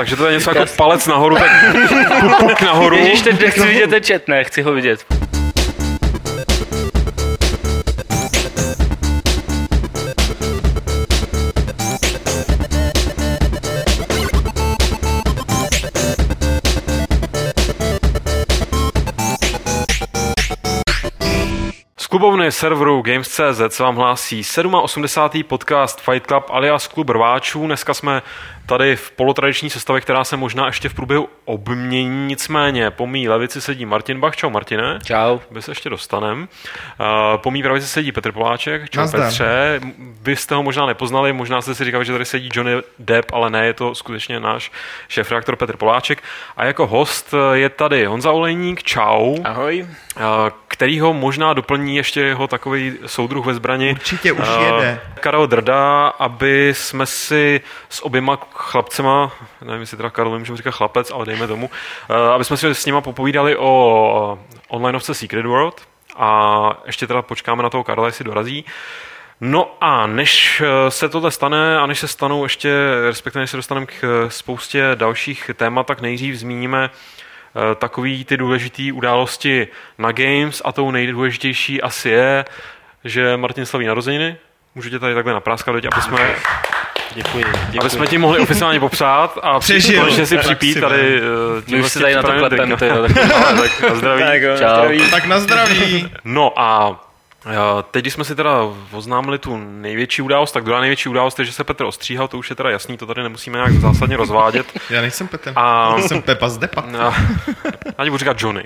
Takže to je něco jako palec nahoru, tak puk nahoru. Ježíš, teď nechci vidět ten chat, ne, chci ho vidět. Z klubovny serveru Games.cz se vám hlásí 87. podcast Fight Club alias Klub rváčů. Dneska jsme tady v polotradiční sestavě, která se možná ještě v průběhu obmění. Nicméně po mý levici sedí Martin Bach. Čau Martine. Čau. Vy se ještě dostanem. Po mý pravici sedí Petr Poláček. Čau Nazdar. Petře. Vy jste ho možná nepoznali, možná jste si říkali, že tady sedí Johnny Depp, ale ne, je to skutečně náš šéfredaktor Petr Poláček. A jako host je tady Honza Olejník. Čau. Ahoj. Kterýho možná doplní ještě jeho takový soudruh ve zbrani. Určitě už jede. Karel Drda, aby jsme si s oběma chlapcema, nevím, jestli teda Karel můžeme říkat chlapec, ale dejme tomu, aby jsme si s nima popovídali o onlineovce Secret World a ještě teda počkáme na toho Karla, jestli dorazí. No a než se tohle stane a než se stanou ještě, respektive než se dostaneme k spoustě dalších témat, tak nejdřív zmíníme takový ty důležitý události na Games a tou nejdůležitější asi je, že Martin slaví narozeniny. Můžu tě tady takhle napráskat, aby jsme... Děkuji. Aby jsme ti mohli oficiálně popřát a konečně si připít tady... My už si tady na to klepem. Tak na zdraví. Tak na zdraví. No a teď, když jsme si teda oznámili tu největší událost, tak druhá největší událost je, že se Petr ostříhal, to už je teda jasný, to tady nemusíme nějak zásadně rozvádět. Já nejsem Petr, já jsem Pepa z Depa. Já ti budu říkat Johnny.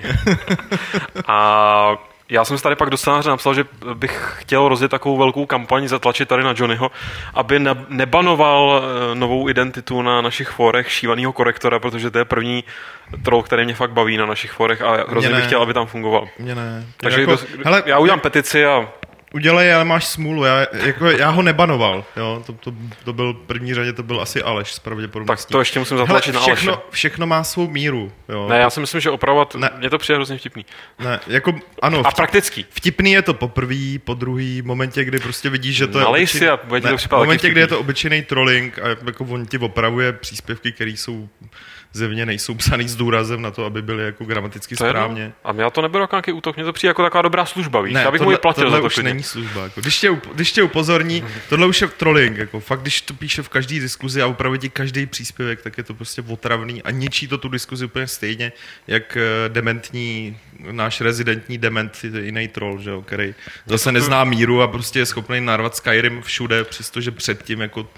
A já jsem si tady pak do scénáře napsal, že bych chtěl rozjet takovou velkou kampaň, zatlačit tady na Johnnyho, aby nebanoval novou identitu na našich fórech šívanýho korektora, protože to je první troll, který mě fakt baví na našich fórech a hrozně bych chtěl, aby tam fungoval. Mně ne. Takže jako, hele, já udělám petici a... Udělej, ale máš smůlu. Já ho nebanoval. Jo? To byl v první řadě, to byl asi Aleš s pravděpodobností. Tak to ještě musím zatlačit na Aleše. Všechno má svou míru. Jo? Ne, já si myslím, že opravovat, mně to přijde hrozně vtipný. Ne, jako, ano. A praktický. Vtipný je to po prvý, po druhý, momentě, kdy prostě vidíš, že to je... Nalej si a bude ti to připadat. V momentě, kdy je to obyčejný trolling a jako on ti opravuje příspěvky, které jsou zjevně nejsou psaný s důrazem na to, aby byly jako gramaticky správně. A já to neberu jako nějaký útok, mně to přijde jako taková dobrá služba, víš? Já bych mu platil tohle za to. Už není služba. Jako. Když tě upozorní, tohle už je trolling. Jako. Fakt, když to píše v každé diskuzi a upravuje ti každý příspěvek, tak je to prostě otravný a ničí to tu diskuzi úplně stejně, jak dementní, náš rezidentní dement, jiný troll, že jo, který zase nezná míru a prostě je schopný narvat Skyrim všude, přestože předtím jako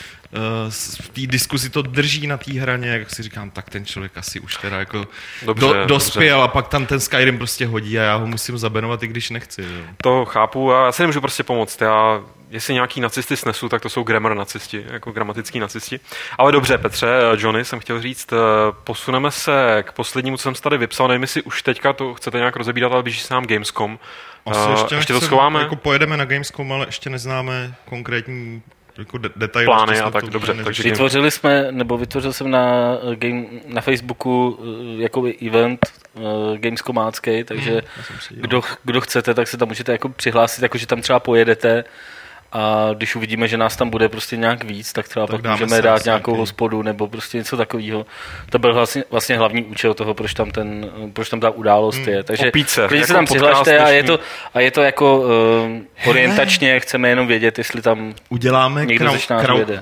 v té diskuzi to drží na té hraně, jak si říkám, tak ten člověk asi už teda jako dospěl a pak tam ten Skyrim prostě hodí a já ho musím zabenovat, i když nechci. Jo. To chápu a já si nemůžu prostě pomoct. Jestli nějaký nacisty snesu, tak to jsou grammar nacisti, jako gramatický nacisti. Ale dobře, Petře, Johnny, jsem chtěl říct, posuneme se k poslednímu, co jsem tady vypsal, nevím, jestli už teďka to chcete nějak rozebírat, ale blíží se nám Gamescom. Ještě to schováme? Jako pojedeme na Gamescom, ale ještě neznáme konkrétní jako detaily. Plány a tak, dobře. Takže vytvořil jsem na Facebooku jako event Gamescomácký, takže kdo chcete, tak se tam můžete jako přihlásit, jako že tam třeba pojedete a když uvidíme, že nás tam bude prostě nějak víc, tak třeba tak pak můžeme dát nějakou hospodu nebo prostě něco takového. To byl vlastně hlavní účel toho, proč tam ta událost je. Takže když se tam přihlašte a je to jako orientačně, chceme jenom vědět, jestli tam uděláme někdo ze nás jede.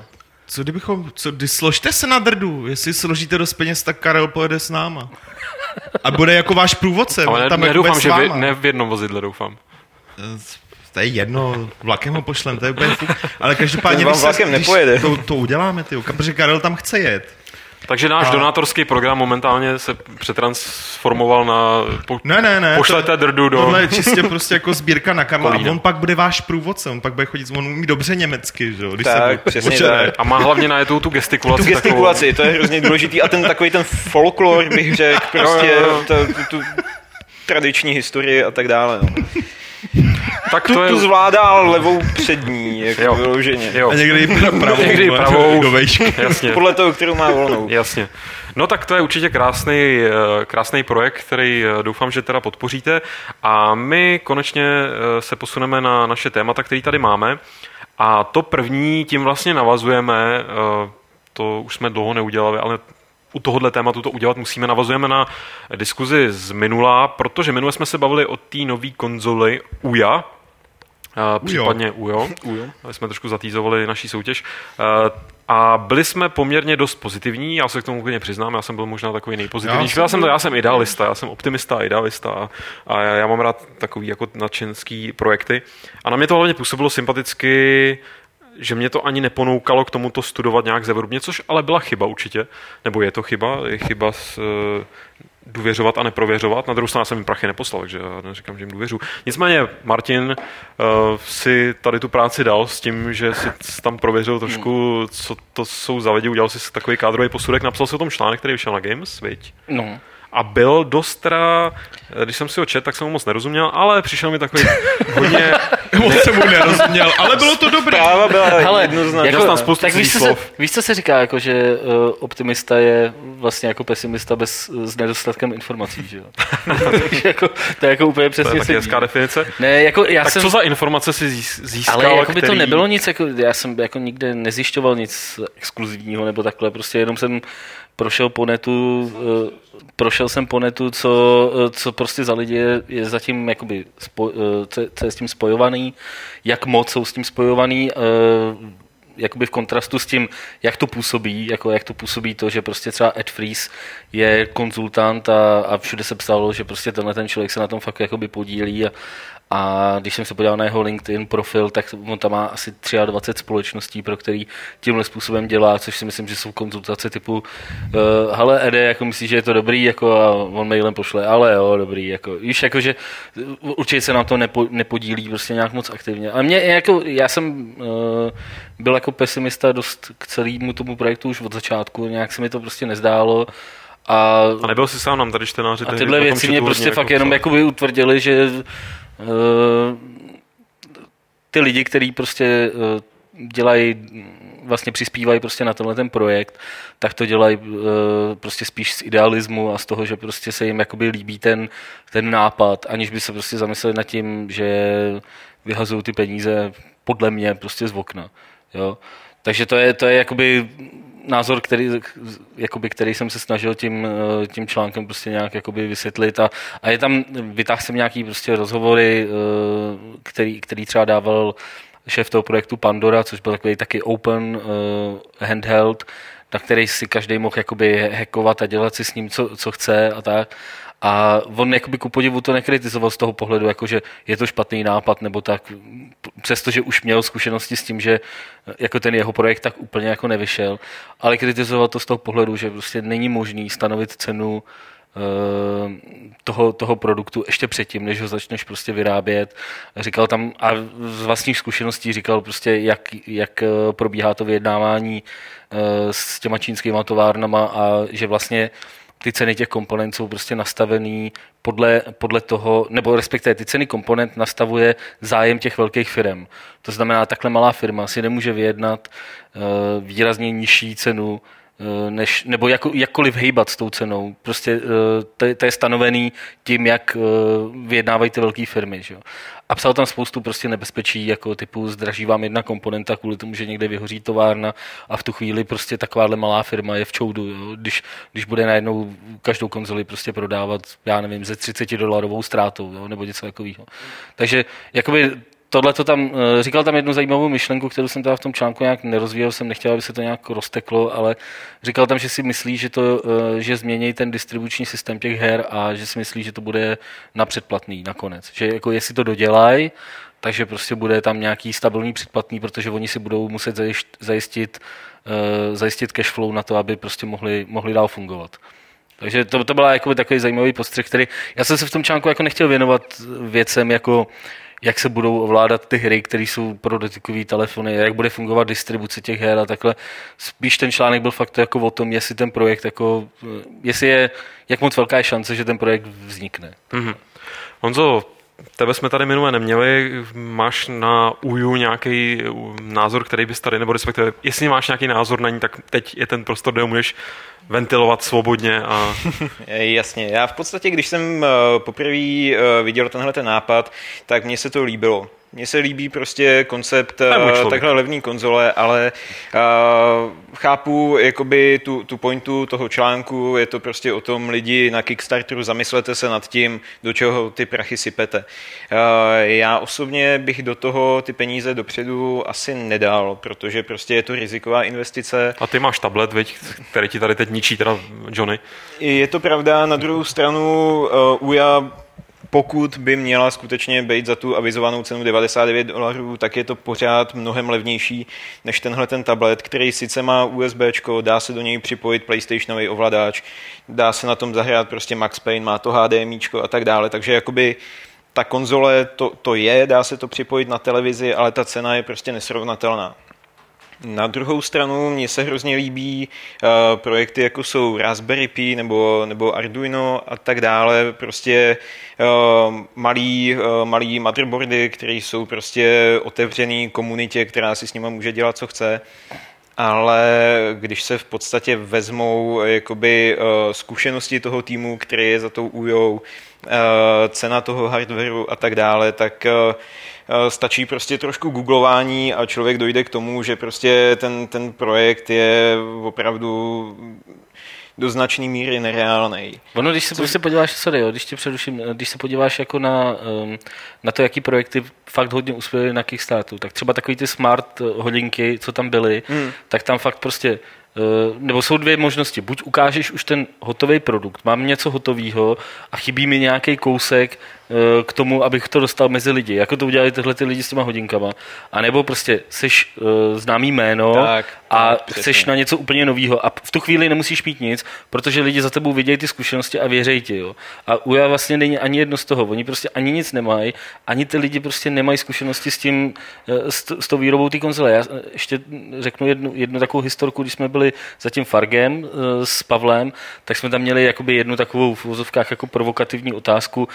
Složte se na Drdu, jestli složíte dost peněz, tak Karel pojede s náma. A bude jako váš průvodce. Ale nedoufám, že ne v jednom vozidle, doufám. To je jedno, vlakem ho pošlem, to je úplně fuk. Ale každopádně, vám vlakem nepojede. To uděláme, protože Karel tam chce jet. Takže náš donátorský program momentálně se přetransformoval na pošlete Drdu do... Tohle je čistě prostě jako sbírka na Karla a on pak bude váš průvodce, on pak bude chodit, on umí dobře německy, že jo? Tak, přesně tak. A má hlavně najetou tu gestikulaci. Tu gestikulaci, to je hrozně důležitý a ten takový ten folklor, bych řekl, prostě tu tradiční historii a tak dále. No. Tak tu zvládá levou přední, jako vyloženě. A někdy pravou do vejšky. Jasně. Podle toho, kterou má volnou. Jasně. No tak to je určitě krásný projekt, který doufám, že teda podpoříte. A my konečně se posuneme na naše témata, které tady máme. A to první, tím vlastně navazujeme, to už jsme dlouho neudělali, ale u tohohle tématu to udělat musíme. Navazujeme na diskuzi z minula, protože minule jsme se bavili o té nové konzoli Uja, případně Ujo. Jsme trošku zatýzovali naší soutěž. A byli jsme poměrně dost pozitivní, já se k tomu úplně přiznám, já jsem byl možná takový nejpozitivnější. Já jsem idealista, já jsem optimista a idealista a já mám rád takový jako nadšenský projekty. A na mě to hlavně působilo sympaticky, že mě to ani neponoukalo k tomuto studovat nějak zevrubně, což ale byla chyba určitě, nebo je to chyba, důvěřovat a neprověřovat. Na druhou stranu jsem jim prachy neposlal, takže já neříkám, že jim důvěřu. Nicméně Martin si tady tu práci dal s tím, že si tam prověřil trošku, co to jsou za lidi, udělal si takový kádrový posudek, napsal si o tom článek, který vyšel na Games, viď? No. A byl dost teda, když jsem si ho četl, tak jsem mu moc nerozuměl, ale přišel mi takový hodně... Moc jsem mu nerozuměl, ale bylo to dobré. Práva byla jednoznačná. Jako, tam spoustu tak víš, co se říká, jako, že optimista je vlastně jako pesimista s nedostatkem informací, že jo? Takže jako, to je jako úplně přesně to je taky hezká definice. Ne, jako já tak co za informace si získal? Ale jako by to nebylo nic, jako, já jsem jako nikde nezjišťoval nic exkluzivního nebo takhle, prostě jenom jsem prošel jsem po netu, co prostě za lidi je zatím jakoby co je s tím spojovaný, jak moc jsou s tím spojovaný, jakoby v kontrastu s tím, jak to působí, jako jak to působí to, že prostě třeba Ed Fries je konzultant a všude se psalo, že prostě ten člověk se na tom fakt jakoby podílí a když jsem se podíval na jeho LinkedIn profil, tak on tam má asi 23 společností, pro který tímhle způsobem dělá, což si myslím, že jsou konzultace typu hele Ede, jako myslíš, že je to dobrý, jako a on mailem pošle, ale jo, dobrý, jako víš, jako že určitě se na to nepodílí prostě nějak moc aktivně. A mě jako, já jsem byl jako pesimista dost k celému tomu projektu už od začátku, nějak se mi to prostě nezdálo. A nebyl jsi sám nám tady čtenáři. A tyhle věci mě prostě fakt jenom jakoby utvrdili, že ty lidi, kteří prostě dělají, vlastně přispívají prostě na tenhle ten projekt, tak to dělají prostě spíš z idealismu a z toho, že prostě se jim jakoby líbí ten nápad, aniž by se prostě zamysleli nad tím, že vyhazují ty peníze podle mě prostě z okna. Jo? Takže to je jakoby názor, který jsem se snažil tím článkem prostě nějak jakoby vysvětlit a je tam, vytáhl jsem nějaký prostě rozhovory, který třeba dával šéf toho projektu Pandora, což byl takový taky open handheld, na který si každý mohl jakoby hackovat a dělat si s ním, co chce a tak. A on jakoby ku podivu to nekritizoval z toho pohledu, jako že je to špatný nápad nebo tak, přestože už měl zkušenosti s tím, že jako ten jeho projekt tak úplně jako nevyšel, ale kritizoval to z toho pohledu, že prostě není možný stanovit cenu toho produktu ještě předtím, než ho začneš prostě vyrábět. Říkal tam a z vlastních zkušeností říkal prostě, jak probíhá to vyjednávání s těma čínskýma továrnama a že vlastně ty ceny těch komponent jsou prostě nastavený podle toho, nebo respektive ty ceny komponent nastavuje zájem těch velkých firm. To znamená, takhle malá firma si nemůže vyjednat výrazně nižší cenu, nebo jakkoliv hejbat s tou cenou. Prostě to je stanovený tím, jak vyjednávají ty velké firmy. Že? A psal tam spoustu prostě nebezpečí, jako typu zdraží vám jedna komponenta kvůli tomu, že někde vyhoří továrna a v tu chvíli prostě takováhle malá firma je v čoudu. Jo? Když bude najednou každou konzoli prostě prodávat, já nevím, ze $30 ztrátou, jo? Nebo něco takového. Takže jakoby tohleto tam, říkal tam jednu zajímavou myšlenku, kterou jsem teda v tom článku nějak nerozvíjel, jsem nechtěl, aby se to nějak rozteklo, ale říkal tam, že si myslí, že změní ten distribuční systém těch her a že si myslí, že to bude na předplatný nakonec. Že jako jestli to dodělají, takže prostě bude tam nějaký stabilní předplatný, protože oni si budou muset zajistit cash flow na to, aby prostě mohli dál fungovat. Takže to byla jako takový zajímavý postřeh, který já jsem se v tom článku jako nechtěl věnovat věcem jako jak se budou ovládat ty hry, které jsou pro dotykové telefony, jak bude fungovat distribuce těch her a takhle. Spíš ten článek byl fakt jako o tom, jestli ten projekt jako, jak moc velká je šance, že ten projekt vznikne. Mm-hmm. Honzo, tebe jsme tady minule neměli, máš na Uju nějaký názor, který bys tady, nebo respektive, jestli máš nějaký názor na ní, tak teď je ten prostor, kde ho můžeš ventilovat svobodně. A... Jasně, já v podstatě, když jsem poprvé viděl tenhle ten nápad, tak mně se to líbilo. Mně se líbí prostě koncept takhle levný konzole, ale chápu jakoby tu pointu toho článku, je to prostě o tom lidi na Kickstarteru, zamyslete se nad tím, do čeho ty prachy sypete. Já osobně bych do toho ty peníze dopředu asi nedal, protože prostě je to riziková investice. A ty máš tablet, viď, který ti tady teď ničí, teda Johnny. Je to pravda, na druhou stranu Ouya, pokud by měla skutečně být za tu avizovanou cenu $99, tak je to pořád mnohem levnější než tenhle ten tablet, který sice má USBčko, dá se do něj připojit PlayStationový ovladač, dá se na tom zahrát prostě Max Payne, má to HDMIčko a tak dále, takže jakoby ta konzole to je, dá se to připojit na televizi, ale ta cena je prostě nesrovnatelná. Na druhou stranu mně se hrozně líbí projekty, jako jsou Raspberry Pi nebo Arduino a tak dále, prostě malý motherboardy, které jsou prostě otevřený komunitě, která si s nimi může dělat, co chce. Ale když se v podstatě vezmou jakoby zkušenosti toho týmu, který je za tou Ouyou, cena toho hardwareu a tak dále, tak stačí prostě trošku googlování a člověk dojde k tomu, že prostě ten projekt je opravdu do značné míry nereálnej. Ono, když se podíváš, když tě přeruším, když se podíváš jako na to, jaký projekty fakt hodně uspěly na Kickstarteru, tak třeba takový ty smart hodinky, co tam byly, tak tam fakt prostě nebo jsou dvě možnosti. Buď ukážeš už ten hotový produkt, mám něco hotového a chybí mi nějaký kousek k tomu, abych to dostal mezi lidi. Jako to udělali tyhle ty lidi s těma hodinkama. A nebo prostě seš známý jméno a chceš na něco úplně nového a v tu chvíli nemusíš mít nic, protože lidi za tebou vidějí ty zkušenosti a věří ti. Jo. A Ouya vlastně není ani jedno z toho. Oni prostě ani nic nemají, ani ty lidi prostě nemají zkušenosti s tím, s tou výrobou té konzole. Já ještě řeknu jednu takovou historku, když jsme byli za tím Fargem s Pavlem, tak jsme tam měli jakoby jednu takovou v uvozovkách jako provokativní otázku,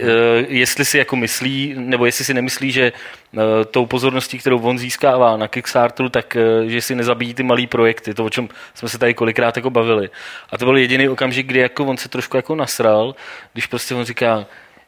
jestli si jako myslí, nebo jestli si nemyslí, že tou pozorností, kterou on získává na Kickstarteru, tak že si nezabíjí ty malý projekty, to, o čem jsme se tady kolikrát jako bavili. A to byl jediný okamžik, kdy jako on se trošku jako nasral, když prostě on říká,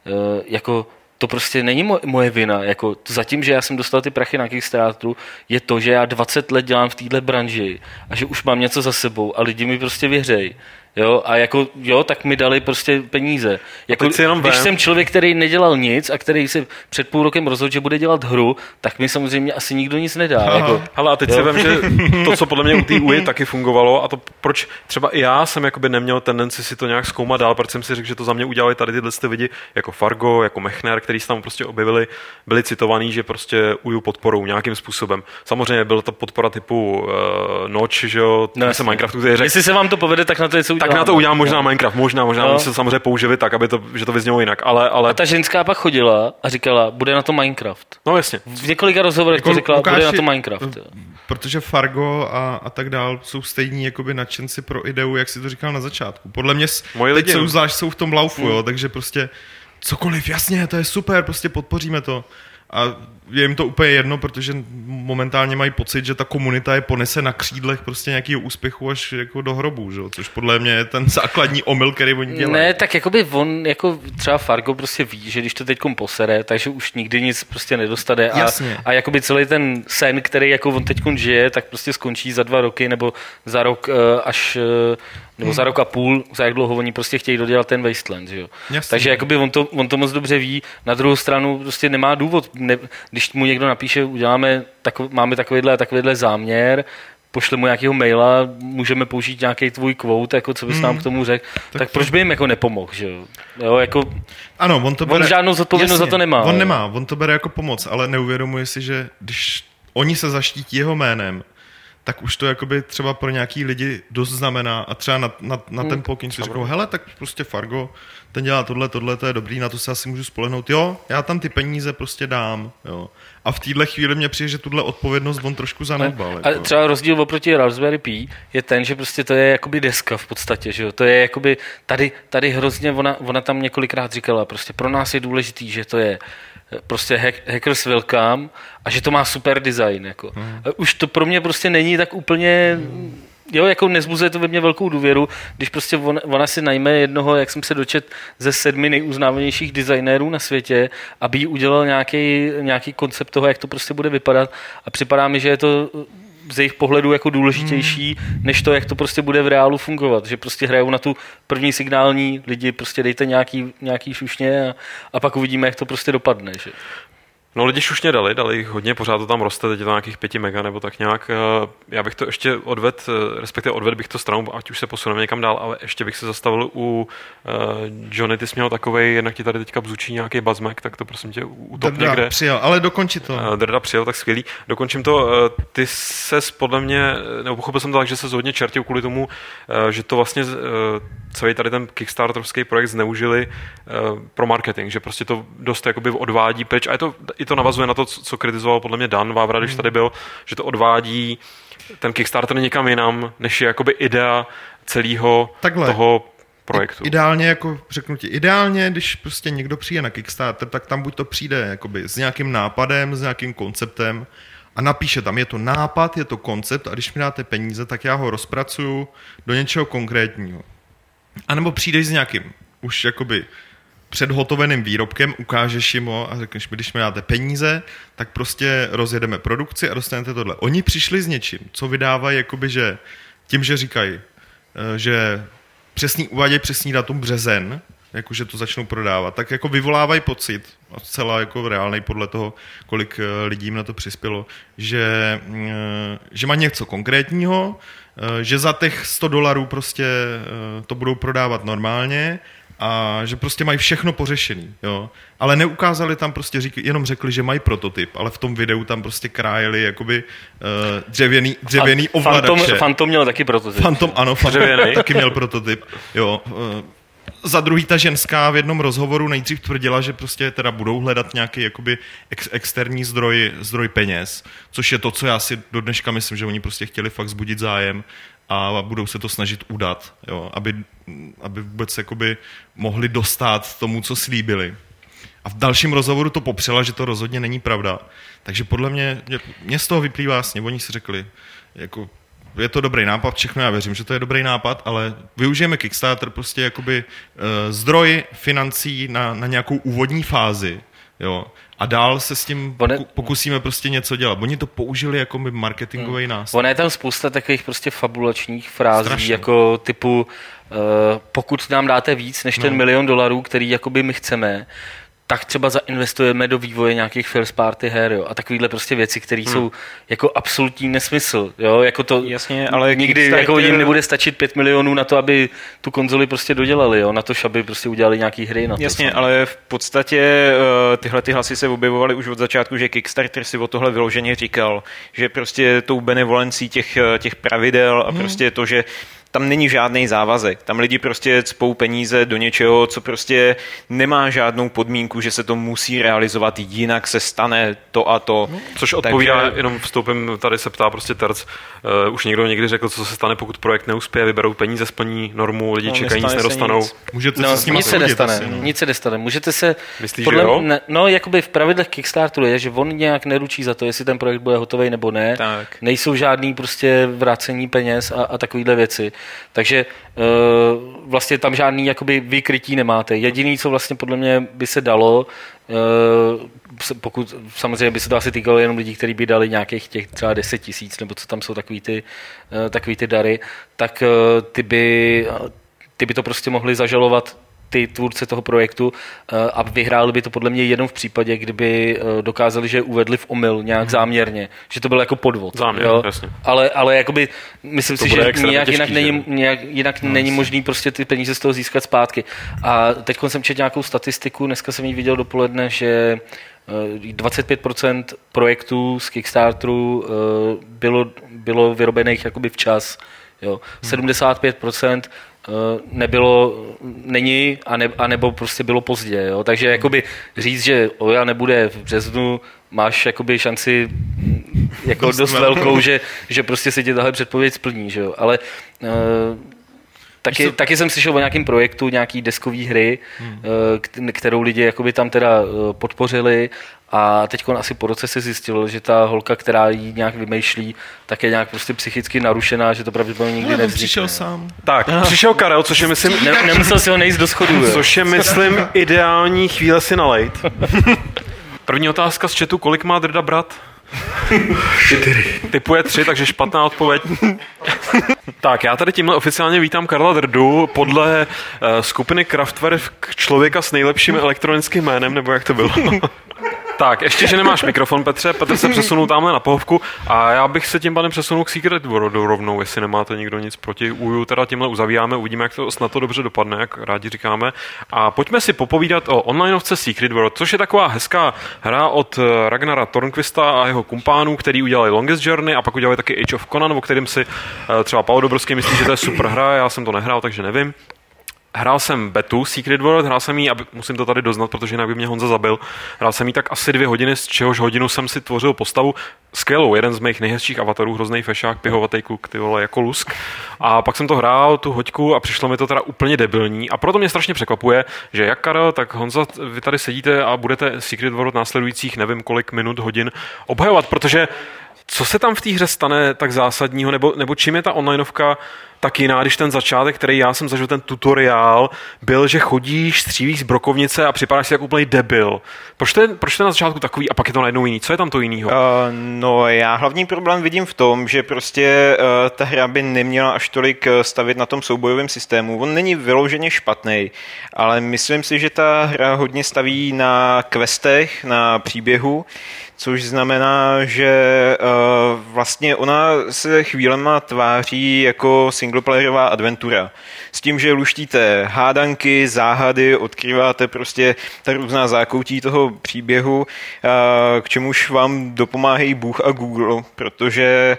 jako to prostě není moje vina. Jako zatím, že já jsem dostal ty prachy na Kickstarteru, je to, že já 20 let dělám v téhle branži a že už mám něco za sebou a lidi mi prostě věřejí. Jo, a jako, tak mi dali prostě peníze. Jako, když jsem člověk, který nedělal nic a který si před půl rokem rozhodl, že bude dělat hru, tak mi samozřejmě asi nikdo nic nedá. Jako, hele, a teď si vem, že to, co podle mě u té Ouya taky fungovalo, a to proč třeba i já jsem jakoby neměl tendenci si to nějak zkoumat dál, protože jsem si řekl, že to za mě udělali tady tyhle lidi jako Fargo, jako Mechner, který se tam prostě objevili, byli citovaní, že prostě Ouya podporou nějakým způsobem. Samozřejmě byla ta podpora typu Notch, že jo, se Minecraftu, který řekl. Jestli se vám to povede, tak na to něco tak na to udělám možná Minecraft, možná se samozřejmě použili tak, aby že to vyznělo jinak, ale... A ta ženská pak chodila a říkala, bude na to Minecraft. No jasně. V několika rozhovorech jako to řekla, bude na to Minecraft. Protože Fargo a tak dál jsou stejní jakoby nadšenci pro ideu, jak si to říkal na začátku. Podle mě teď jsou v tom laufu, jo, takže prostě cokoliv, jasně, to je super, prostě podpoříme to. A je jim to úplně jedno, protože momentálně mají pocit, že ta komunita je ponese na křídlech prostě nějakého úspěchu až jako do hrobu, že? Což podle mě je ten základní omyl, který oni dělají. Ne, tak jakoby on, jako třeba Fargo prostě ví, že když to teďkom posere, takže už nikdy nic prostě nedostane a jakoby celý ten sen, který jako on teďkom žije, tak prostě skončí za 2 roky nebo za rok nebo za rok a půl, za jak dlouho oni prostě chtějí dodělat ten Wasteland, že jo. Jasně. Takže jakoby on to moc dobře ví, na druhou stranu prostě nemá důvod, když mu někdo napíše, máme takovýhle záměr, pošle mu nějakého maila, můžeme použít nějaký tvůj quote, jako co bys nám k tomu řekl, tak proč by jim jako nepomohl, že jo, jako... Ano, on žádnou zodpovědnost za to nemá. On to bere jako pomoc, ale neuvědomuje si, že když oni se zaštítí jeho jménem, tak už to jakoby třeba pro nějaký lidi dost znamená a třeba na ten pokyn si řeknou, hele, tak prostě Fargo, ten dělá tohle, to je dobrý, na to se asi můžu spolehnout, jo, já tam ty peníze prostě dám, jo. A v téhle chvíli mě přijde, že tuhle odpovědnost on trošku zanedbal. Jako. A třeba rozdíl oproti Raspberry Pi je ten, že prostě to je jakoby deska v podstatě, že jo, to je jakoby, tady hrozně, ona tam několikrát říkala, prostě pro nás je důležitý, že to je prostě hackers welcome a že to má super design, jako. Už to pro mě prostě není tak úplně Jo, jako nezbuzuje to ve mně velkou důvěru, když prostě ona si najme jednoho, jak jsem se dočet, ze 7 nejuznávanějších designérů na světě, aby jí udělal nějaký koncept toho, jak to prostě bude vypadat a připadá mi, že je to z jejich pohledu jako důležitější, než to, jak to prostě bude v reálu fungovat, že prostě hrajou na tu první signální lidi, prostě dejte nějaký šušně a pak uvidíme, jak to prostě dopadne, že? No lidi šušně dali jich hodně, pořád to tam roste, teď je to nějakých 5 mega nebo tak nějak. Já bych to ještě odvedl bych to stranou, ať už se posuneme někam dál, ale ještě bych se zastavil u Johnny, ty jsi měl takovej, jednak ti tady teďka bzučí nějaký buzzmack, tak to prosím tě utop někde. Drda přijel, ale dokonči to. Drda přijel, tak skvělý. Dokončím to, ty ses podle mě, nebo pochopil jsem to tak, že se hodně čertil kvůli tomu, že to vlastně celý tady ten kickstarterovský projekt zneužili pro marketing, že prostě to dost jakoby odvádí pryč a i to navazuje na to, co kritizoval podle mě Dan Vávra, když tady byl, že to odvádí ten Kickstarter někam jinam, než je jakoby idea celého toho projektu. Ideálně, jako řeknu ti, když prostě někdo přijde na Kickstarter, tak tam buď to přijde jakoby s nějakým nápadem, s nějakým konceptem a napíše tam, je to nápad, je to koncept a když mi dáte peníze, tak já ho rozpracuju do něčeho konkrétního. A nebo přijdeš s nějakým už jakoby předhotoveným výrobkem, ukážeš jim ho a řekneš mi, když mi dáte peníze, tak prostě rozjedeme produkci a dostanete tohle. Oni přišli s něčím, co vydávají jakoby, že tím, že říkají, že uvádějí přesný datum březen, jakože to začnou prodávat, tak jako vyvolávají pocit, a zcela jako reálnej podle toho, kolik lidí jim na to přispělo, že má něco konkrétního, že za těch $100 prostě to budou prodávat normálně a že prostě mají všechno pořešený, jo. Ale neukázali tam prostě, jenom řekli, že mají prototyp, ale v tom videu tam prostě krájeli jakoby dřevěný ovladače. Phantom měl taky prototyp. Phantom taky měl prototyp, jo. Za druhý ta ženská v jednom rozhovoru nejdřív tvrdila, že prostě teda budou hledat nějaký jakoby externí zdroj peněz, což je to, co já si do dneška myslím, že oni prostě chtěli fakt zbudit zájem a budou se to snažit udat, jo, aby vůbec jakoby mohli dostat tomu, co slíbili. A v dalším rozhovoru to popřela, že to rozhodně není pravda. Takže podle mě z toho vyplývá jasně, oni si řekli, jako je to dobrý nápad, všechno já věřím, že to je dobrý nápad, ale využijeme Kickstarter prostě jakoby zdroj financí na nějakou úvodní fázi, jo, a dál se s tím pokusíme prostě něco dělat. Oni to použili jako marketingový nástroj. Ono je tam spousta takových prostě fabulačních frází, strašně. Jako typu pokud nám dáte víc než ten $1 milion, který jakoby my chceme, tak třeba zainvestujeme do vývoje nějakých first party her, jo, a takovýhle prostě věci, které jsou jako absolutní nesmysl, jo, jako to jasně, ale nikdy jako jim nebude stačit 5 milionů na to, aby tu konzoli prostě dodělali, jo, na to, aby prostě udělali nějaký hry na to. Jasně, ale v podstatě tyhle ty hlasy se objevovaly už od začátku, že Kickstarter si o tohle vyloženě říkal, že prostě tou benevolencí těch pravidel a prostě to, že tam není žádný závazek. Tam lidi prostě cpou peníze do něčeho, co prostě nemá žádnou podmínku, že se to musí realizovat, jinak se stane to a to. Což odpovídá, jenom vstoupím, tady se ptá prostě Terc, už někdy řekl, co se stane, pokud projekt neuspěje, vyberou peníze, splní normu, lidi čekají, nic nedostanou. Můžete se s nimi nic se nestane. Můžete se... Myslíš, že jo? Jakoby v pravidlech Kickstarteru je, že on nějak neručí za to, jestli ten projekt bude hotový nebo ne. Tak. Nejsou žádný prostě vracení peněz a takovýhle věci. Takže vlastně tam žádný jakoby vykrytí nemáte. Jediný, co vlastně podle mě by se dalo, pokud samozřejmě by se to asi týkalo jenom lidí, kteří by dali nějakých těch třeba 10 000, nebo co tam jsou takový ty dary, tak ty by to prostě mohli zažalovat ty tvůrce toho projektu a vyhráli by to podle mě jenom v případě, kdyby dokázali, že uvedli v omyl nějak záměrně, že to byl jako podvod. Jasně. Ale jakoby myslím si, že nějak jinak není možný prostě ty peníze z toho získat zpátky. A teď jsem četl nějakou statistiku, dneska jsem ji viděl dopoledne, že 25% projektů z Kickstarteru bylo vyrobených jakoby včas. Jo. 75% není, anebo prostě bylo pozdě. Jo. Takže jakoby říct, že OJA nebude v březnu, máš jakoby šanci jako dost velkou, že prostě si tě tahle předpověď splní. Že jo. Ale Taky jsem slyšel o nějakém projektu, nějaký deskový hry, kterou lidi jakoby tam teda podpořili a teď asi po roce se zjistilo, že ta holka, která ji nějak vymýšlí, tak je nějak prostě psychicky narušená, že to pravděpodobně nikdy nevznikne. Přišel sám. Tak, přišel Karel, což je myslím... Nemusel si ho nejít do schodu. Což je myslím ideální chvíle si nalejt. První otázka z chatu, kolik má Drda brat? 4. Typuje 3, takže špatná odpověď. Tak, já tady tímhle oficiálně vítám Karla Drdu podle skupiny Kraftwerk člověka s nejlepším elektronickým jménem, nebo jak to bylo? Tak, ještě, že nemáš mikrofon, Petře. Petr se přesunul tamhle na pohovku a já bych se tím pádem přesunul k Secret Worldu rovnou, jestli nemáte nikdo nic proti. Uju teda tímhle uzavíráme, uvidíme, jak to snad to dobře dopadne, jak rádi říkáme. A pojďme si popovídat o onlineovce Secret World, což je taková hezká hra od Ragnara Tornquista a jeho kumpánů, který udělali Longest Journey a pak udělali taky Age of Conan, o kterým si třeba Pavel Dobrovský myslí, že to je super hra, já jsem to nehrál, takže nevím. Hrál jsem betu Secret World, hrál jsem jí, a musím to tady doznat, protože jinak by mě Honza zabil. Hrál jsem jí tak asi 2 hodiny, z čehož hodinu jsem si tvořil postavu skvělou, jeden z mých nejhezčích avatarů, hrozný fešák, pihovatej kluk, ty vole, jako lusk. A pak jsem to hrál, tu hoďku, a přišlo mi to teda úplně debilní. A proto mě strašně překvapuje, že jak Karel, tak Honza, vy tady sedíte a budete Secret World následujících nevím kolik minut, hodin obhajovat, protože co se tam v té hře stane tak zásadního, nebo čím je ta onlineovka tak jiná, když ten začátek, který já jsem zažil, ten tutoriál, byl, že chodíš, střívíš z brokovnice a připadáš si jako úplný debil. Proč to je na začátku takový a pak je to najednou jiný? Co je tam to jinýho? No, já hlavní problém vidím v tom, že prostě ta hra by neměla až tolik stavit na tom soubojovém systému. On není vyloženě špatný, ale myslím si, že ta hra hodně staví na questech, na příběhu, což znamená, že vlastně ona se chvílema tváří jako singleplayerová adventura. S tím, že luštíte hádanky, záhady, odkryváte prostě ta různá zákoutí toho příběhu, k čemuž vám dopomáhají Bůh a Google, protože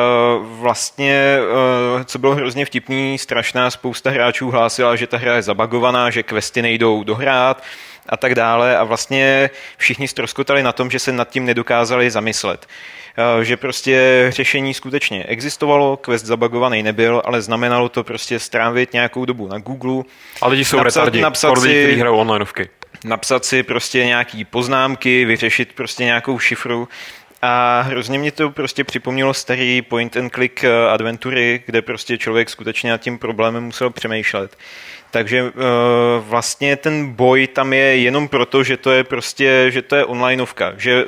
vlastně, co bylo hrozně vtipný, strašná spousta hráčů hlásila, že ta hra je zabagovaná, že questy nejdou dohrát, a tak dále a vlastně všichni ztroskotali na tom, že se nad tím nedokázali zamyslet. Že prostě řešení skutečně existovalo, quest zabagovaný nebyl, ale znamenalo to prostě strávit nějakou dobu na Google. A lidi jsou retardi, kteří hrajou onlineovky. Napsat si prostě nějaký poznámky, vyřešit prostě nějakou šifru. A hrozně mě to prostě připomnělo starý point and click adventury, kde prostě člověk skutečně nad tím problémem musel přemýšlet. Takže vlastně ten boj tam je jenom proto, že to je prostě, že to je onlineovka, že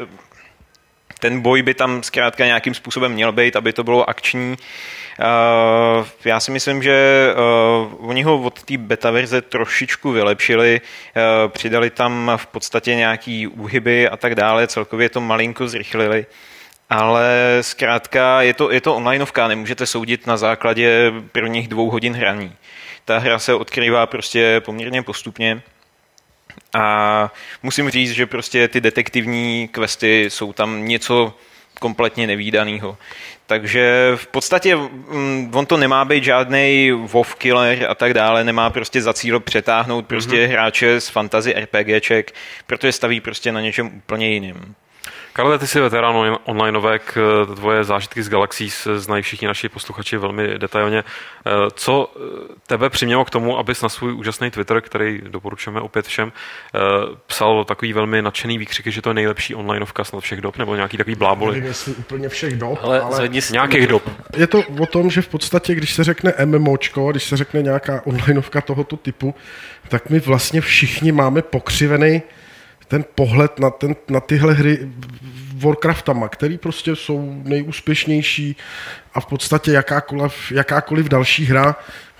ten boj by tam zkrátka nějakým způsobem měl být, aby to bylo akční. Já si myslím, že oni ho od té beta verze trošičku vylepšili, přidali tam v podstatě nějaký úhyby a tak dále, celkově to malinko zrychlili. Ale zkrátka je to onlineovka, nemůžete soudit na základě prvních 2 hodin hraní. Ta hra se odkrývá prostě poměrně postupně a musím říct, že prostě ty detektivní questy jsou tam něco kompletně nevídaného. Takže v podstatě on to nemá být žádnej WoW killer a tak dále, nemá prostě za cíl přetáhnout prostě hráče z fantasy RPGček, protože staví prostě na něčem úplně jiným. Karle, ty jsi veterán onlineovek, tvoje zážitky z Galaxy znají všichni naši posluchači velmi detailně. Co tebe přimělo k tomu, abys na svůj úžasný Twitter, který doporučujeme opět všem, psal takový velmi nadšený výkřiky, že to je nejlepší onlineovka snad všech dob, nebo nějaký takový bláboli? Nevím, jestli úplně všech dob, ale nějakých dob. Je to o tom, že v podstatě, když se řekne MMOčko, když se řekne nějaká onlineovka tohoto typu, tak my vlastně všichni máme pokřivený ten pohled na tyhle hry Warcraftama, který prostě jsou nejúspěšnější a v podstatě jakákoliv další hra,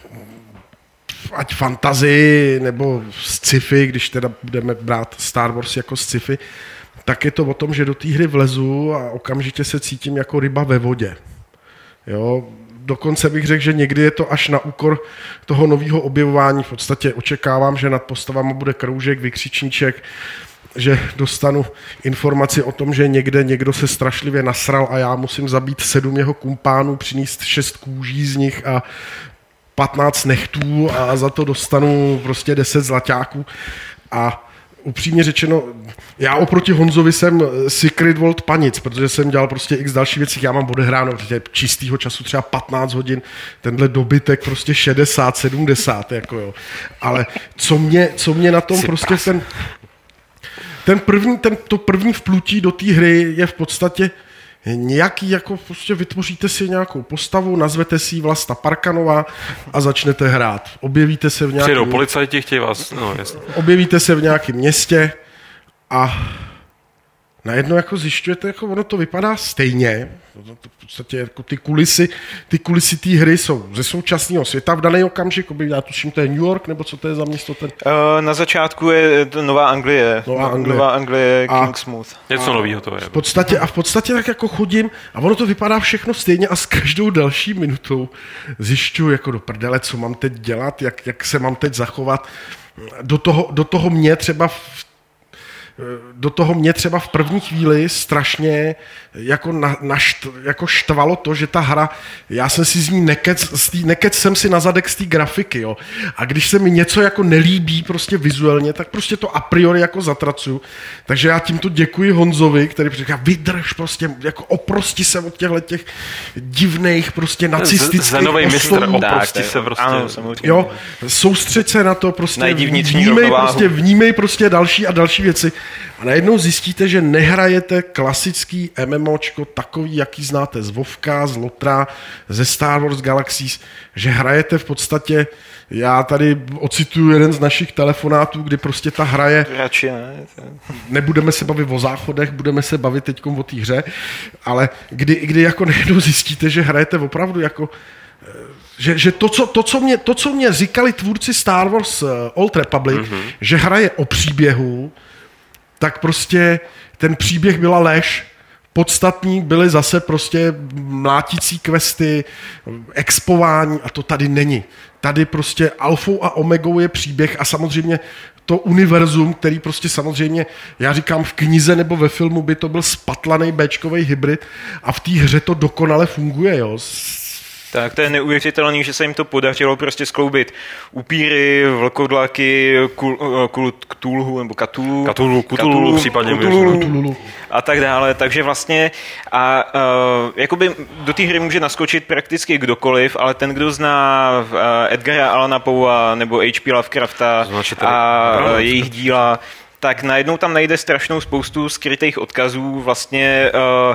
ať fantasy nebo sci-fi, když teda budeme brát Star Wars jako sci-fi, tak je to o tom, že do té hry vlezu a okamžitě se cítím jako ryba ve vodě. Jo, dokonce bych řekl, že někdy je to až na úkor toho nového objevování. V podstatě očekávám, že nad postavama bude kroužek, vykřičníček, že dostanu informaci o tom, že někde někdo se strašlivě nasral a já musím zabít 7 jeho kumpánů, přinést 6 kůží z nich a 15 nechtů a za to dostanu prostě 10 zlaťáků. A upřímně řečeno, já oproti Honzovi jsem Secret World panic, protože jsem dělal prostě x další věcí, já mám odehráno čistýho času třeba 15 hodin, tenhle dobytek prostě 60, 70, jako jo. Ale co mě na tom prostě to první vplutí do té hry je v podstatě nějaký, jako prostě vytvoříte si nějakou postavu, nazvete si ji Vlasta Parkanová a začnete hrát. Objevíte se v nějakém... Přijedou policajti, chtějí vás, no jasně. Objevíte se v nějakém městě a najednou jako zjišťujete, jako ono to vypadá stejně. V podstatě jako ty kulisy té hry jsou ze současného světa v daný okamžik, já tuším, to je New York, nebo co to je za město? Na začátku je to Nová Anglie. Nová Anglie, Kingsmouth. Něco novýho to je. V podstatě tak jako chodím a ono to vypadá všechno stejně a s každou další minutou zjišťuju jako do prdele, co mám teď dělat, jak se mám teď zachovat. Do toho mě třeba v první chvíli strašně jako štvalo to, že ta hra, já jsem si z ní nekec jsem si na zadek z té grafiky, jo. A když se mi něco jako nelíbí prostě vizuálně, tak prostě to a priori jako zatracuju. Takže já tímto děkuji Honzovi, který říká, vydrž prostě, jako oprosti se od těch divných prostě nacistických poslů. Oprosti se prostě. Ano, samozřejmě. Jo, soustřeď se na to prostě, vnímej prostě další a další věci. A najednou zjistíte, že nehrajete klasický MMOčko takový, jaký znáte z Vovka, z Lotra, ze Star Wars Galaxies, že hrajete v podstatě, já tady ocituju jeden z našich telefonátů, kdy prostě ta hra je... Radši ne. Nebudeme se bavit o záchodech, budeme se bavit teďkom o té hře, ale kdy jako najednou zjistíte, že hrajete opravdu jako... Že to, co mě říkali tvůrci Star Wars Old Republic, že hraje o příběhu, tak prostě ten příběh byla lež. Podstatní byly zase prostě mlátící questy, expování a to tady není. Tady prostě alfou a omegou je příběh a samozřejmě to univerzum, který prostě samozřejmě, já říkám v knize nebo ve filmu by to byl spatlaný béčkovej hybrid a v té hře to dokonale funguje, jo. Tak to je neuvěřitelný, že se jim to podařilo prostě skloubit upíry, vlkodlaky, Cthulhu nebo Cthulhu, případně Cthulhu a tak dále. Takže vlastně jakoby do té hry může naskočit prakticky kdokoliv, ale ten, kdo zná Edgara Allana Poea nebo H.P. Lovecrafta a jejich díla, tak najednou tam najde strašnou spoustu skrytých odkazů vlastně.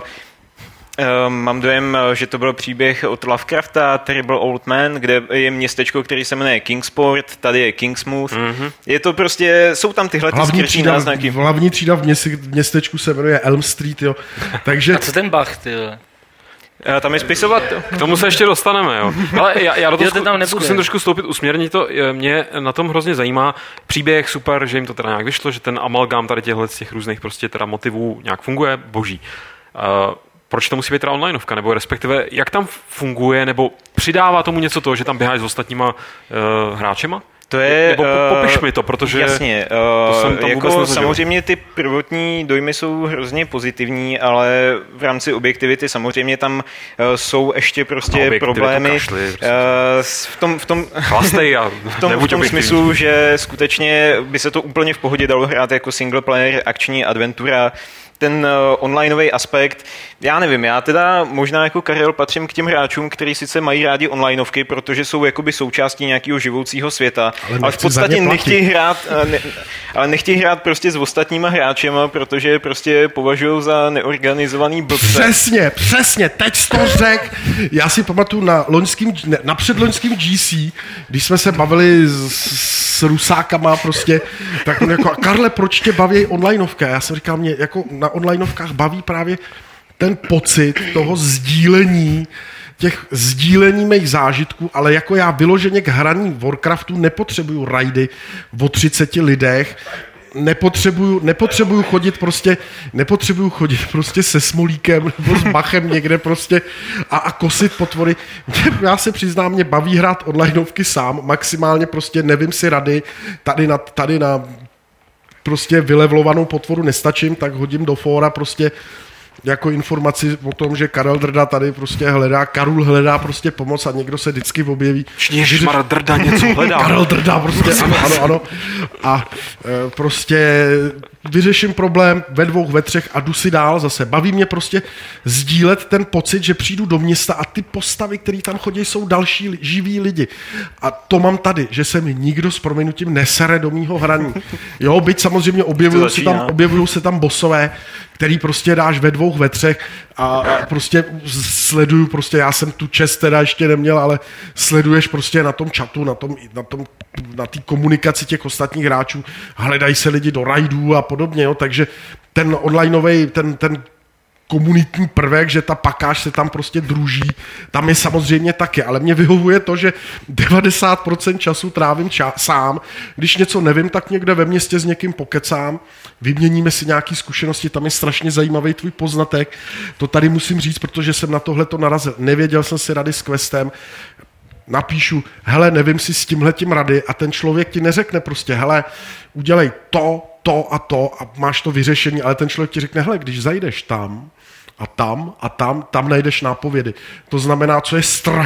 Mám dojem, že to byl příběh od Lovecrafta, Terrible Old Man, kde je městečko, který se jmenuje Kingsport, tady je Kingsmouth. Je to prostě, jsou tam tyhle skrytý náznaky. Hlavní třída v městečku se jmenuje Elm Street, jo. Takže... A co ten Bach, ty jo? Tam je spisovat. K tomu se ještě dostaneme, jo. Ale já do toho zkusím trošku stoupit, usměrnit to. Mě na tom hrozně zajímá příběh, super, že jim to teda nějak vyšlo, že ten amalgám tady těch různých prostě teda motivů nějak funguje, boží. Proč to musí být teda onlineovka, nebo respektive jak tam funguje, nebo přidává tomu něco toho, že tam běháš s ostatníma hráčema? To je... Nebo popiš mi to, protože... Jasně, jako samozřejmě ty prvotní dojmy jsou hrozně pozitivní, ale v rámci objektivity samozřejmě tam jsou ještě prostě problémy v tom smyslu, že skutečně by se to úplně v pohodě dalo hrát jako single player akční adventura. Ten onlineový aspekt, já nevím, já teda možná jako Karel patřím k těm hráčům, kteří sice mají rádi onlineovky, protože jsou jakoby součástí nějakého živoucího světa, ale v podstatě nechtějí hrát prostě s ostatníma hráčema, protože prostě považují za neorganizovaný blbce. Přesně, teď jsi to řek. Já si pamatuju na předloňským GC, když jsme se bavili s Rusákama prostě, tak on jako, Karle, proč tě baví onlineovka? Já jsem říkal, mě jako na onlineovkách baví právě ten pocit toho sdílení mých zážitků, ale jako já vyloženě k hraní Warcraftu nepotřebuju rajdy o 30 lidech, nepotřebuju chodit prostě se Smolíkem nebo s Bachem někde prostě a kosit potvory. Já se přiznám, mě baví hrát onlineovky sám, maximálně prostě nevím si rady, tady na prostě vylevlovanou potvoru nestačím, tak hodím do fóra prostě jako informaci o tom, že Karel Drda tady prostě Karul hledá prostě pomoc a někdo se vždycky objeví. Ježišmarja, Drda něco hledá. Karel Drda prostě, ano. A prostě vyřeším problém ve 2, ve 3 a jdu si dál zase. Baví mě prostě sdílet ten pocit, že přijdu do města a ty postavy, které tam chodí, jsou další živí lidi. A to mám tady, že se mi nikdo s prominutím nesere do mýho hraní. Jo, byť samozřejmě objevují se tam bossové, který prostě dáš ve 2, ve 3 a prostě sleduju, prostě já jsem tu čest teda ještě neměl, ale sleduješ prostě na tom chatu, na té komunikaci těch ostatních hráčů, hledají se lidi do raidů a podobně, jo, takže ten onlineový, ten komunitní prvek, že ta pakáž se tam prostě druží, tam je samozřejmě taky, ale mě vyhovuje to, že 90% času trávím sám, když něco nevím, tak někde ve městě s někým pokecám, vyměníme si nějaké zkušenosti, tam je strašně zajímavý tvůj poznatek, to tady musím říct, protože jsem na tohleto narazil, nevěděl jsem si rady s questem, napíšu, hele, nevím si s tímhletím rady a ten člověk ti neřekne prostě, hele, udělej to a máš to vyřešení, ale ten člověk ti řekne, hele, když zajdeš tam a tam najdeš nápovědy. To znamená, co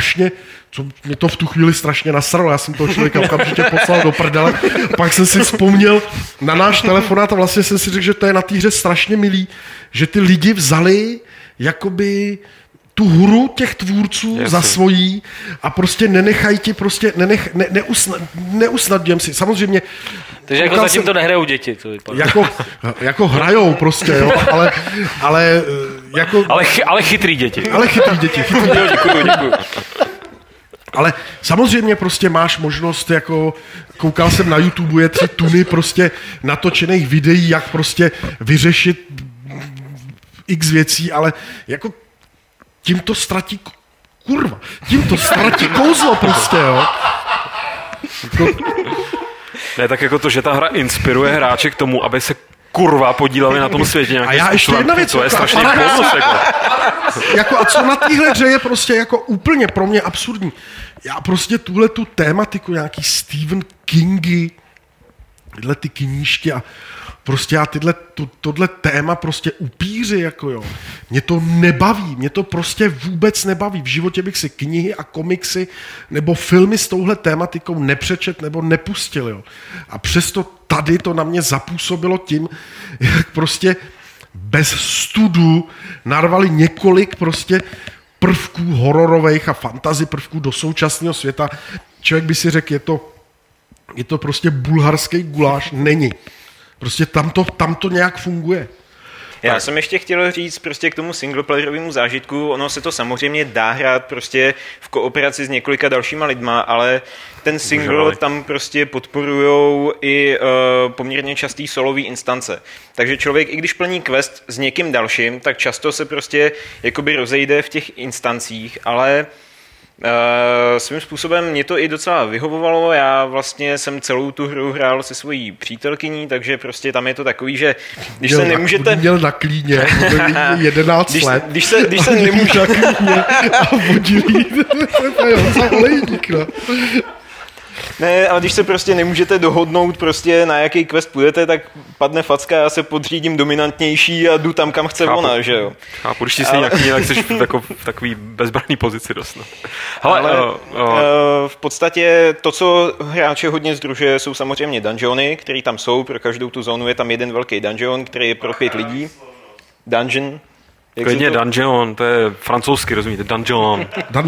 mě to v tu chvíli strašně nasralo, já jsem toho člověka okamžitě poslal do prdele, pak jsem si vzpomněl na náš telefonát a vlastně jsem si řekl, že to je na té hře strašně milý, že ty lidi vzali jakoby tu hru těch tvůrců za svojí a prostě nenechají ti prostě, neusnadňujem si. Samozřejmě... Takže jako zatím to nehrajou děti. To jako hrajou prostě, jo, ale jako... Ale chytrý děti. Děkuju. Ale samozřejmě prostě máš možnost, jako koukal jsem na YouTube, je 3 tuny prostě natočených videí, jak prostě vyřešit x věcí, ale jako tím to ztratí kouzlo prostě, jo. Ne, tak jako to, že ta hra inspiruje hráče k tomu, aby se kurva podíleli na tom světě nějakým způsobem. A já ještě jedna věc. To je strašně bonus, jako a co na téhle hře je prostě jako úplně pro mě absurdní. Já prostě tu tématiku, nějaký Stephen Kingy, tyhle ty knížky a prostě já tohle téma prostě upíři, jako jo. Mě to nebaví, mě to prostě vůbec nebaví. V životě bych si knihy a komiksy nebo filmy s touhle tématikou nepřečet nebo nepustil, jo. A přesto tady to na mě zapůsobilo tím, jak prostě bez studu narvali několik prostě prvků hororových a fantasy prvků do současného světa. Člověk by si řekl, je to prostě bulharský guláš, není. Prostě tam to nějak funguje. Já jsem ještě chtěl říct prostě k tomu singleplayerovému zážitku, ono se to samozřejmě dá hrát prostě v kooperaci s několika dalšíma lidma, ale ten single tam prostě podporujou i poměrně častý solový instance. Takže člověk, i když plní quest s někým dalším, tak často se prostě jakoby rozejde v těch instancích, ale svým způsobem mě to i docela vyhovovalo, já vlastně jsem celou tu hru hrál se svojí přítelkyní, takže prostě tam je to takový, že když se nemůžete... Měl na klíně, 11 let. Když se nemůžete... na klíně a vodilí, to je docela olejník, no. Ne, ale když se prostě nemůžete dohodnout prostě na jaký quest půjdete, tak padne facka, já se podřídím dominantnější a jdu tam, kam chce ona, že jo. Chápu, když ti se nějak tak jsi v takový bezbranný pozici dost. Ale v podstatě to, co hráče hodně sdružuje, jsou samozřejmě dungeony, které tam jsou, pro každou tu zónu je tam jeden velký dungeon, který je pro 5 lidí. Dungeon. Klidně dungeon, to je francouzsky, rozumíte, dungeon.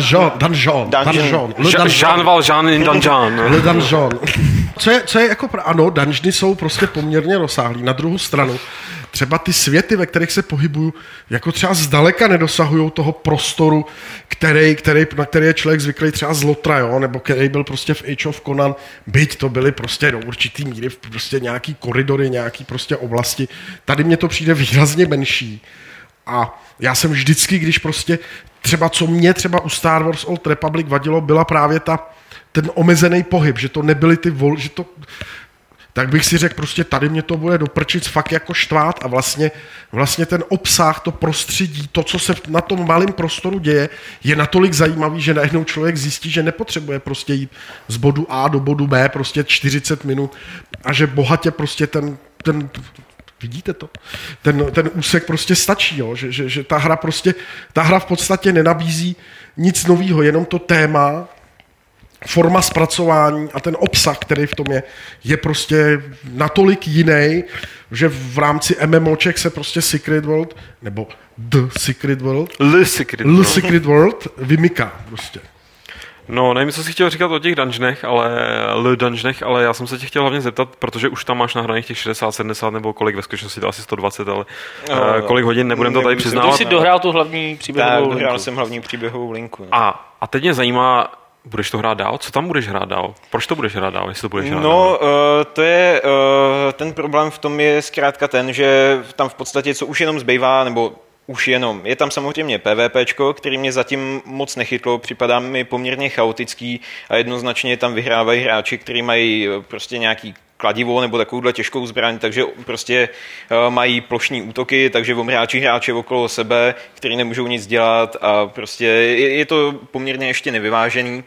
Dungeon. Jean Valjean in dungeon. Le dungeon. Co je jako, ano, dungeony jsou prostě poměrně rozsáhlý. Na druhou stranu, třeba ty světy, ve kterých se pohybuju, jako třeba zdaleka nedosahují toho prostoru, na který je člověk zvyklý třeba z Lotra, jo? Nebo který byl prostě v Age of Conan, byť to byly prostě do určitý míry prostě nějaký koridory, nějaký prostě oblasti. Tady mně to přijde výrazně menší. A já jsem vždycky, když prostě třeba co mě třeba u Star Wars Old Republic vadilo, byla právě ten omezený pohyb, že to nebyly ty že to... Tak bych si řekl, prostě tady mě to bude doprčit fakt jako štvát a vlastně ten obsah, to prostředí, to, co se na tom malém prostoru děje, je natolik zajímavý, že najednou člověk zjistí, že nepotřebuje prostě jít z bodu A do bodu B prostě 40 minut a že bohatě prostě Vidíte to? Ten úsek prostě stačí, jo? Že ta hra v podstatě nenabízí nic nového, jenom to téma, forma zpracování a ten obsah, který v tom je prostě natolik jiný, že v rámci MMOček se prostě Secret World, nebo The Secret World, Le Secret World vymyká prostě. No, nevím, co jsi chtěl říkat o těch dungeonech, ale já jsem se tě chtěl hlavně zeptat, protože už tam máš nahraných těch 60, 70 nebo kolik, ve skutečnosti to asi 120, ale kolik hodin, nebudem to tady přiznávat. Ty jsi dohrál tu hlavní příběhovou linku. Dohrál jsem hlavní příběhovou linku. No. A teď mě zajímá, budeš to hrát dál? Co tam budeš hrát dál? Proč to budeš hrát dál, jestli to budeš hrát dál? To je, ten problém v tom je zkrátka ten, že tam v podstatě, co už jenom zbývá, nebo už jenom. Je tam samozřejmě PvPčko, který mě zatím moc nechytlo, připadá mi poměrně chaotický a jednoznačně tam vyhrávají hráči, kteří mají prostě nějaký kladivo nebo takovouhle těžkou zbraň, takže prostě mají plošní útoky, takže omráčí hráče okolo sebe, kteří nemůžou nic dělat a prostě je to poměrně ještě nevyvážený.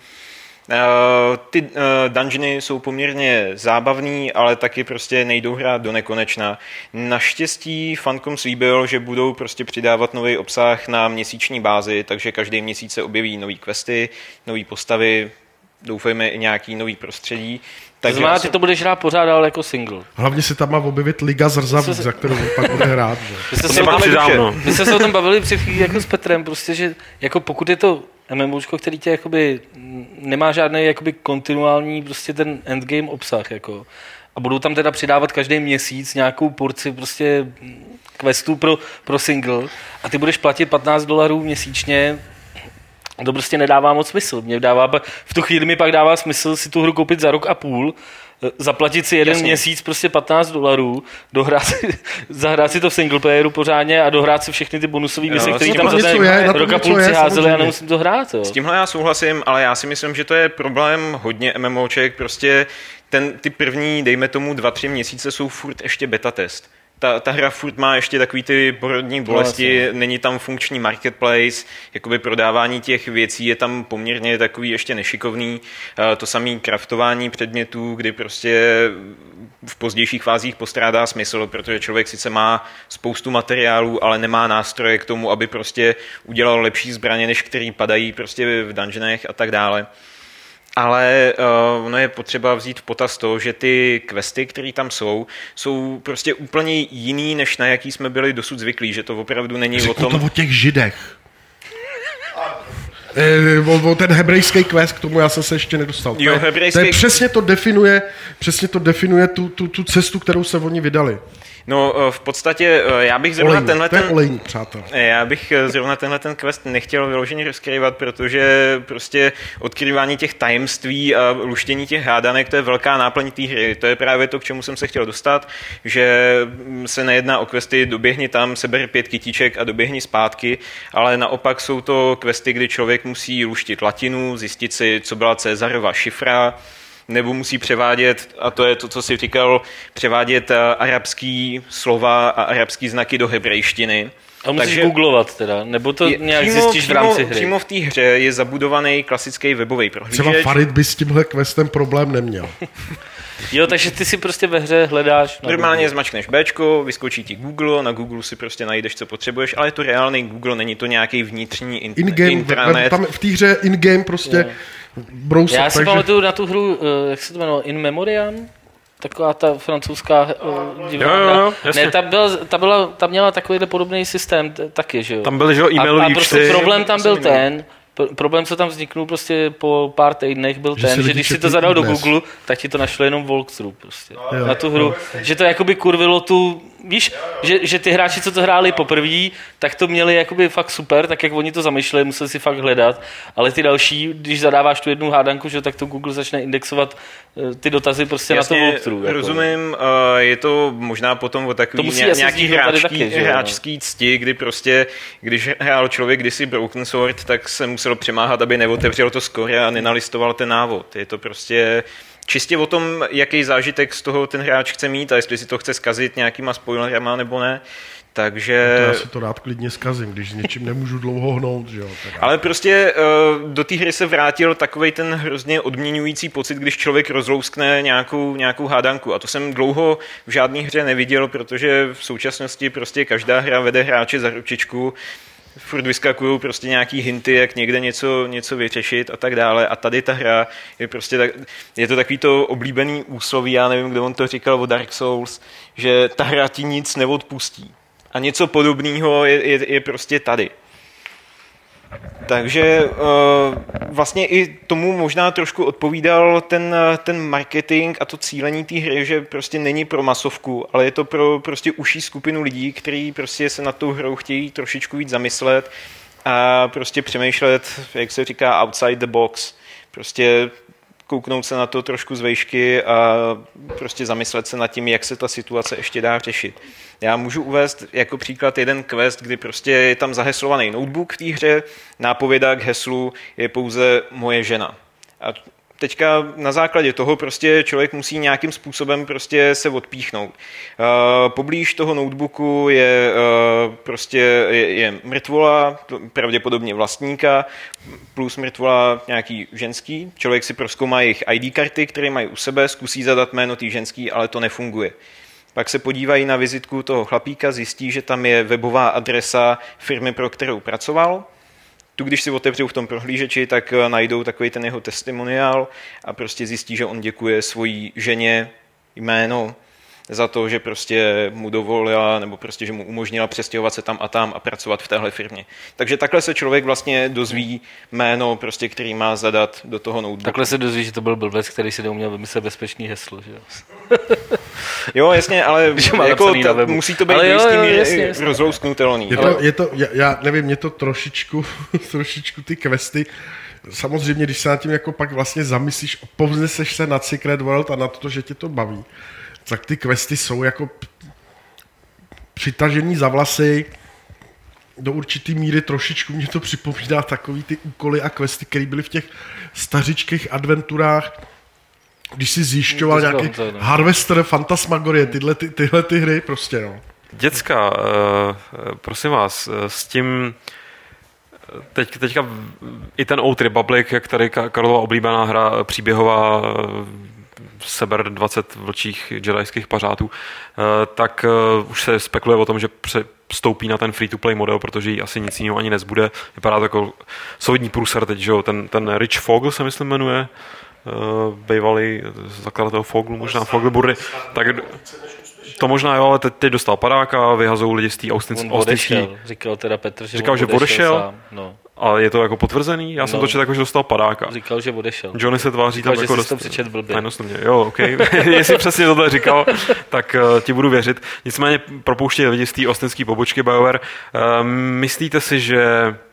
Ty dungeony jsou poměrně zábavný, ale taky prostě nejdou hrát do nekonečna. Naštěstí Funcom slíbil, že budou prostě přidávat nový obsah na měsíční bázi, takže každý měsíc se objeví nový questy, nový postavy, doufejme i nějaký nový prostředí. Takže znamená, ty to budeš hrát pořád dál jako single. Hlavně se tam má objevit Liga zrzaví, za kterou pak bude hrát. My jsme se o tom bavili před chvílí jako s Petrem, prostě, že jako pokud je to MMOčko, který tě jakoby nemá žádný jakoby kontinuální prostě ten endgame obsah, jako. A budou tam teda přidávat každý měsíc nějakou porci prostě questů pro single a ty budeš platit $15 měsíčně. To prostě nedává moc smysl. V tu chvíli mi pak dává smysl si tu hru koupit za rok a půl, zaplatit si jeden měsíc prostě $15, zahrát si to v singleplayeru pořádně a dohrát si všechny ty bonusové mise, které tam za ten rok a půl přiházeli a nemusím to hrát. Jo. S tímhle já souhlasím, ale já si myslím, že to je problém hodně MMOček, prostě ty první, dejme tomu 2-3 měsíce jsou furt ještě beta test. Ta hra furt má ještě takový ty porodní bolesti, není tam funkční marketplace, jakoby prodávání těch věcí je tam poměrně takový ještě nešikovný, to samé craftování předmětů, kdy prostě v pozdějších fázích postrádá smysl, protože člověk sice má spoustu materiálů, ale nemá nástroje k tomu, aby prostě udělal lepší zbraně, než který padají prostě v dungeonech a tak dále. Ale ono je potřeba vzít v potaz to, že ty questy, které tam jsou prostě úplně jiný, než na jaký jsme byli dosud zvyklí, že to opravdu není o tom... o těch Židech. O ten hebrejský quest, k tomu já jsem se ještě nedostal. Jo, přesně to definuje tu cestu, kterou se oni vydali. No, v podstatě já bych zrovna tenhle ten quest nechtěl vyloženě rozkrývat, protože prostě odkrývání těch tajemství a luštění těch hádanek, to je velká náplň té hry. To je právě to, k čemu jsem se chtěl dostat, že se nejedná o questy doběhni tam, seber 5 kytíček a doběhni zpátky, ale naopak jsou to questy, kdy člověk musí luštit latinu, zjistit si, co byla Cezarova šifra, nebo musí převádět, a to je to, co jsi říkal, převádět arabský slova a arabský znaky do hebrejštiny. A musíš googlovat teda, nebo to nějak zjistíš v rámci hry? Přímo v té hře je zabudovaný klasický webový prohlížeč. Třeba Farid by s tímhle questem problém neměl. Jo, takže ty si prostě ve hře hledáš... Normálně zmačkneš Bčko, vyskočí ti Google, na Google si prostě najdeš, co potřebuješ, ale je to reálný Google, není to nějaký vnitřní intranet. Tam v té hře in-game prostě browser. Já si pamatuju na tu hru, jak se to jmenovalo, In Memoriam? Taková ta francouzská divná hra. Ne, ta měla takovýhle podobný systém taky, že jo? Tam byly, že jo, e-mailový prostě problém tam byl problém, co tam vzniknul prostě po pár týdnech, byl že když si to zadal do Google, tak ti to našlo jenom walkthrough prostě na tu hru. Že to jakoby kurvilo tu, víš, že ty hráči, co to hráli poprvé, tak to měli jakoby fakt super, tak jak oni to zamýšleli, museli si fakt hledat, ale ty další, když zadáváš tu jednu hádanku, že, tak to Google začne indexovat ty dotazy prostě jasně, na to walkthrough. Rozumím, je to možná potom o takový nějaký hráčský cti, kdy prostě, když hrál člověk kdysi Broken Sword, tak se musel přemáhat, aby neotevřel to score a nenalistoval ten návod. Je to prostě čistě o tom, jaký zážitek z toho ten hráč chce mít a jestli si to chce zkazit nějakýma spoilerama nebo ne. Takže... Já si to rád klidně zkazím, když s něčím nemůžu dlouho hnout, že jo. Ale prostě do té hry se vrátil takovej ten hrozně odměňující pocit, když člověk rozlouskne nějakou hádanku. A to jsem dlouho v žádné hře neviděl, protože v současnosti prostě každá hra vede hráče za ručičku, furt vyskakují prostě nějaký hinty, jak někde něco vyřešit a tak dále. A tady ta hra je prostě je to takový to oblíbený úsloví, já nevím, kdo on to říkal o Dark Souls, že ta hra ti nic neodpustí. A něco podobného je prostě tady. Takže vlastně i tomu možná trošku odpovídal ten marketing a to cílení té hry, že prostě není pro masovku, ale je to pro prostě užší skupinu lidí, kteří prostě se nad tou hrou chtějí trošičku víc zamyslet a prostě přemýšlet, jak se říká, outside the box. Prostě kouknout se na to trošku z vejšky a prostě zamyslet se nad tím, jak se ta situace ještě dá řešit. Já můžu uvést jako příklad jeden quest, kdy prostě je tam zaheslovaný notebook v té hře, nápověda k heslu je pouze moje žena. A teďka na základě toho prostě člověk musí nějakým způsobem prostě se odpíchnout. Poblíž toho notebooku je mrtvola, pravděpodobně vlastníka, plus mrtvola nějaký ženský. Člověk si prozkoumá jejich ID karty, které mají u sebe, zkusí zadat jméno té ženský, ale to nefunguje. Pak se podívají na vizitku toho chlapíka, zjistí, že tam je webová adresa firmy, pro kterou pracoval. Tu, když si otevřou v tom prohlížeči, tak najdou takový ten jeho testimoniál a prostě zjistí, že on děkuje svojí ženě jméno za to, že prostě mu dovolila nebo prostě, že mu umožnila přestěhovat se tam a pracovat v téhle firmě. Takže takhle se člověk vlastně dozví jméno, prostě, který má zadat do toho notebooku. Takhle se dozví, že to byl blbec, který si neuměl vymyslet bezpečný heslo, že jo? Jo, jasně, ale jako musí to být do jistý míry rozlousknutelný. Já nevím, mě to trošičku ty questy, samozřejmě, když se nad tím jako pak vlastně zamyslíš, povzneseš se nad Secret World a nad to, že tě to baví, tak ty questy jsou jako přitažení za vlasy, do určitý míry trošičku mě to připomíná takový ty úkoly a questy, které byly v těch stařičkých adventurách, když si zjišťoval nějaký Harvester, Fantasmagorie, tyhle ty hry prostě, no. Děcka, prosím vás, s tím teďka i ten Old Republic, jak tady Karlova oblíbená hra příběhová, seber 20 vlčích jedijských pařátů, tak už se spekuluje o tom, že vstoupí na ten free-to-play model, protože jí asi nic jiného ani nezbude. Vypadá to jako solidní průser teď, že jo, ten Rich Fogel se myslím jmenuje, bývalý zakladatel Foglu, možná Fogelburry, tak to možná jo, ale teď dostal padáka, vyhazují lidi z té austinský. Říkal teda Petr, že říkal, že odešel sám, no. A je to jako potvrzený? Já jsem to četl jako, že dostal padáka. Říkal, že odešel. Johnny se tváří tam jako dost... to přečet blbě. Jo, OK. Jestli přesně tohle říkal, tak ti budu věřit. Nicméně propouštějí lidi z té austinské pobočky BioWare. Myslíte si, že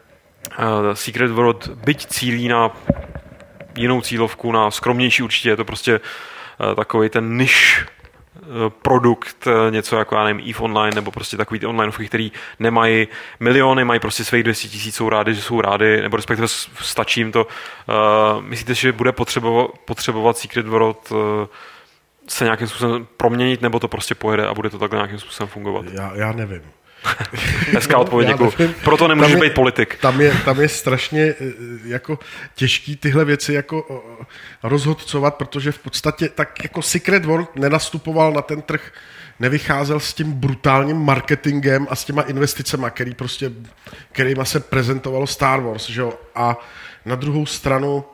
Secret World byť cílí na jinou cílovku, na skromnější určitě, je to prostě takový ten niž produkt, něco jako, já nevím, EVE Online, nebo prostě takový ty onlineovky, který nemají miliony, mají prostě svých 200 000, jsou rádi, že jsou rádi, nebo respektive stačí jim to. Myslíte, že bude potřebovat Secret World se nějakým způsobem proměnit, nebo to prostě pojede a bude to takhle nějakým způsobem fungovat? Já nevím. Hezká odpověď, děkuji. Proto nemůžeš být politik. Tam je strašně jako těžký tyhle věci jako rozhodcovat, protože v podstatě tak jako Secret World nenastupoval na ten trh, nevycházel s tím brutálním marketingem a s těma investicema, kterýma se prezentovalo Star Wars, že jo? A na druhou stranu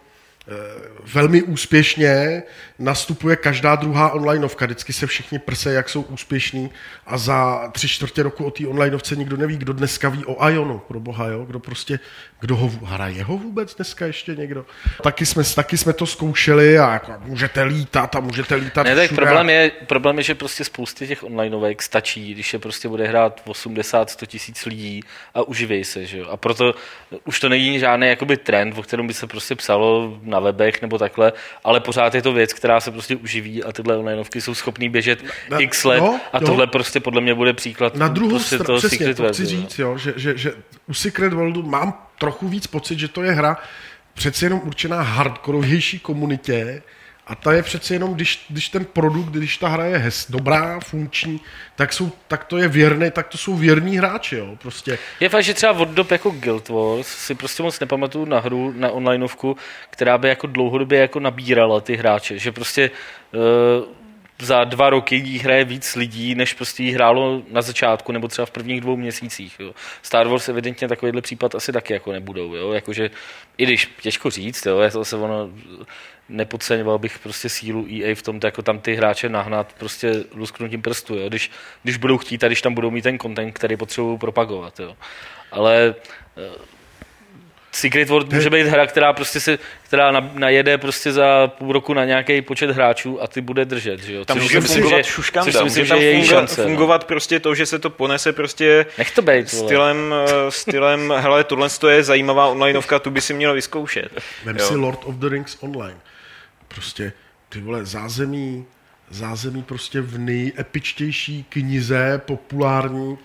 velmi úspěšně nastupuje každá druhá onlineovka. Vždycky se všichni prse, jak jsou úspěšní a za 3/4 roku o té onlineovce nikdo neví, kdo dneska ví o Ionu, pro boha, jo? Kdo ho hraje ho vůbec dneska ještě někdo? Taky jsme to zkoušeli a jako můžete lítat. Ne, tak problém je, že prostě spousty těch onlineovek stačí, když je prostě bude hrát 80-100 tisíc lidí a uživěj se, že jo? A proto už to není žádný jakoby trend, o kterém by se prostě psalo na webech nebo takhle, ale pořád je to věc, která se prostě uživí a tyhle onlineovky jsou schopný běžet x let a tohle prostě podle mě bude příklad. Na druhou prostě stranu, přesně, to chci říct, jo, že u Secret Worldu mám trochu víc pocit, že to je hra přeci jenom určená hardkorovější komunitě A ta je přece jenom, když ten produkt, když ta hra je dobrá, funkční, tak to je věrný, tak to jsou věrní hráči, jo, prostě. Je fakt, že třeba od dob jako Guild Wars si prostě moc nepamatuju na hru, na onlineovku, která by jako dlouhodobě jako nabírala ty hráče, že prostě za 2 roky jí hraje víc lidí, než prostě jí hrálo na začátku, nebo třeba v prvních 2 měsících. Jo. Star Wars evidentně takovýhle případ asi taky jako nebudou. Jo. Jakože, i když těžko říct, jo, je to zase ono, nepodceňoval bych prostě sílu EA v tom, jako tam ty hráče nahnat prostě lusknutím prstu, jo. Když budou chtít a když tam budou mít ten content, který potřebují propagovat. Jo. Ale Secret World může být hra, která najede prostě za půl roku na nějaký počet hráčů a ty bude držet, že jo? Tam může fungovat šuškanda, může tam fungovat prostě to, že se to ponese prostě nech to bejt, stylem, hele, tohle je zajímavá onlineovka, tu by si měl vyzkoušet. Vem si Lord of the Rings online. Prostě, ty vole, zázemí prostě v nejepičtější knize, populární.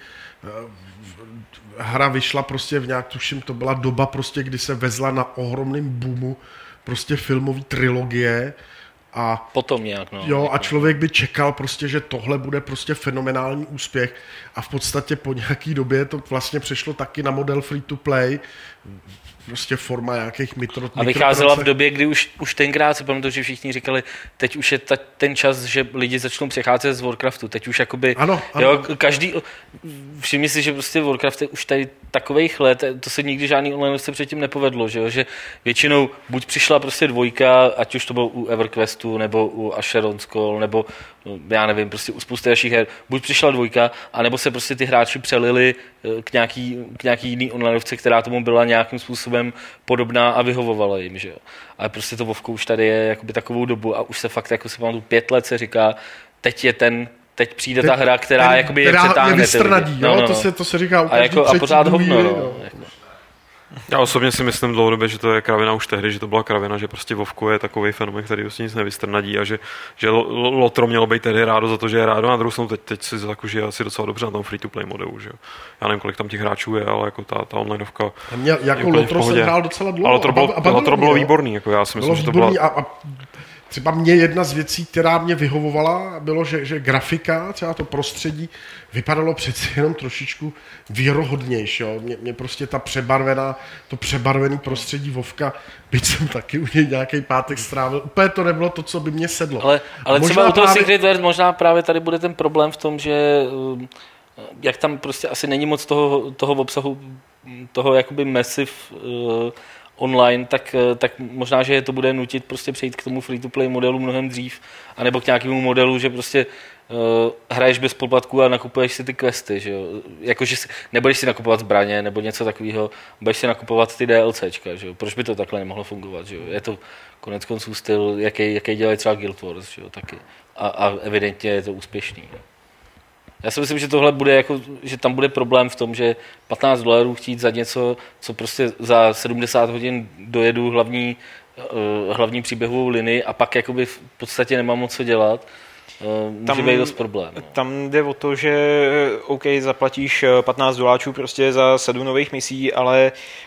Hra vyšla prostě v nějak, tuším, to byla doba prostě, kdy se vezla na ohromném boomu prostě filmový trilogie a potom nějak, no. Jo, a člověk by čekal prostě, že tohle bude prostě fenomenální úspěch a v podstatě po nějaký době to vlastně přešlo taky na model free to play, prostě forma nějakých a vycházela v době, kdy už tenkrát si pamatuju, že všichni říkali, teď už je ten čas, že lidi začnou přecházet z Warcraftu, teď už jakoby, ano. Jo, každý, všimni si, že prostě Warcraft je už tady takovejch let, to se nikdy žádný online se předtím nepovedlo, že většinou buď přišla prostě 2, ať už to bylo u EverQuestu, nebo u Asheron's Call, nebo já nevím, prostě u spousty dalších her, buď přišla 2, anebo se prostě ty hráči přelili k nějaký jiný onlineovce, která tomu byla nějakým způsobem podobná a vyhovovala jim, že jo. Ale prostě to Vovko už tady je jakoby takovou dobu a už se fakt, jako se pamatuju, 5 let se říká, teď přijde ta hra, která jakoby je přetáhne. Vystrnadí, jo, no. To se říká a pořád hovno, no. Já osobně si myslím dlouhodobě, že to je kravina už tehdy, že to byla kravina, že prostě Vovko je takový fenomén, který prostě nic nevystrnadí a že Lotro mělo být tehdy rádo za to, že je rádo, na druhou stranu teď si jako žije asi docela dobře na tom free-to-play modelu, že jo. Já nevím, kolik tam těch hráčů je, ale jako ta onlineovka jako Lotro jsem hrál docela dlouho. Ale Lotro bylo výborný, jako já si myslím, že to bylo... Třeba mě jedna z věcí, která mě vyhovovala, bylo, že grafika, třeba to prostředí, vypadalo přeci jenom trošičku věrohodnější. Jo? Mě prostě to přebarvený prostředí Vovka, byť jsem taky u něj nějaký pátek strávil, úplně to nebylo to, co by mě sedlo. Ale třeba u toho Secret World možná právě tady bude ten problém v tom, že jak tam prostě asi není moc toho obsahu, toho jakoby massive online, tak možná, že to bude nutit prostě přejít k tomu free-to-play modelu mnohem dřív, anebo k nějakému modelu, že prostě hraješ bez poplatku a nakupuješ si ty questy, že jo? Jakože nebudeš si nakupovat zbraně nebo něco takového, budeš si nakupovat ty DLCčka, že jo? Proč by to takhle nemohlo fungovat, že jo? Je to konec konců styl, jaký dělají třeba Guild Wars, že jo? Taky. A evidentně je to úspěšný. Jo? Já si myslím, že tohle bude jako, že tam bude problém v tom, že $15 chtít za něco, co prostě za 70 hodin dojedu hlavní příběhovou linii a pak jakoby v podstatě nemám moc co dělat, může být dost problém. No. Tam jde o to, že OK, zaplatíš $15 prostě za 7 nových misí, ale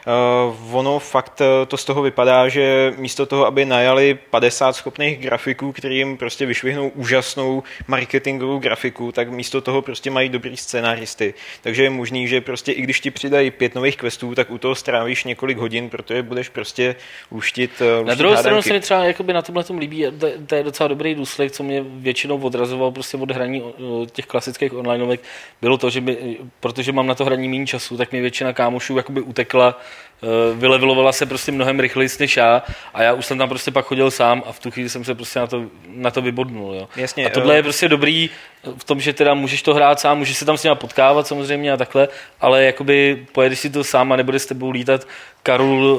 ono fakt to z toho vypadá, že místo toho, aby najali 50 schopných grafiků, který jim prostě vyšvihnou úžasnou marketingovou grafiku, tak místo toho prostě mají dobrý scénáristy. Takže je možný, že prostě i když ti přidají 5 nových questů, tak u toho strávíš několik hodin, protože budeš prostě luštit Na druhou stranu se mi třeba jakoby na tomhle tom líbí, to je docela dobrý důsledek, co mě většinou odrazoval prostě od hraní těch klasických onlineovek, bylo to, že protože mám na to hraní méně času, tak mi většina kámošů jakoby utekla, vylevelovala se prostě mnohem rychleji než já a já už jsem tam prostě pak chodil sám a v tu chvíli jsem se prostě na to vybodnul. Jo. Jasně, a tohle je prostě dobrý v tom, že teda můžeš to hrát sám, můžeš se tam s nima potkávat samozřejmě a takhle, ale jakoby pojedeš si to sám a nebude s tebou lítat Karul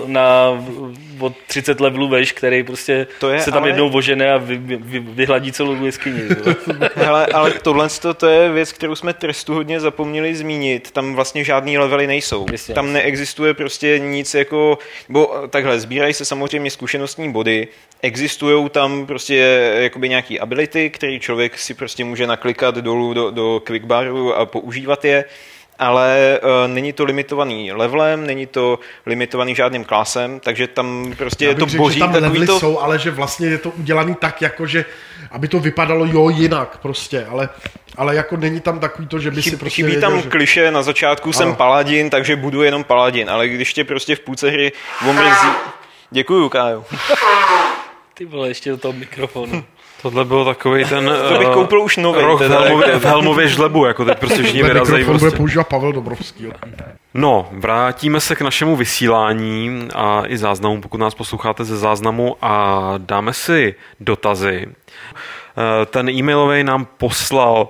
od 30 levelů veš, který prostě se tam jednou ožene a vyhladí celou jeskyni. Hele, ale tohle to je věc, kterou jsme trestuhodně zapomněli zmínit. Tam vlastně žádný levely nejsou. Jasně. Tam neexistuje prostě nic jako, bo takhle, sbírají se samozřejmě zkušenostní body, existují tam prostě jakoby nějaký ability, který člověk si prostě může naklikat dolů do quickbaru a používat je. ale není to limitovaný levelem, není to limitovaný žádným klasem, takže tam prostě je to boží. Že tam levely jsou, ale že vlastně je to udělaný tak, jako že aby to vypadalo jinak prostě, ale jako není tam takový to, že by si prostě chybí věděl, tam že... kliše, na začátku jsem paladin, takže budu jenom paladin, ale když tě prostě v půlce hry omrzí... Děkuju, Kájo. Ty vole, ještě do toho mikrofonu. Tohle byl takový ten... To bych koupil už nový. v Helmově žlebu, jako teď prostě všichni vyrazají. Mikrofon Prostě. bude používat Pavel Dobrovský. No, vrátíme se k našemu vysílání a i záznamu, pokud nás posloucháte ze záznamu, a dáme si dotazy. Ten e-mailový nám poslal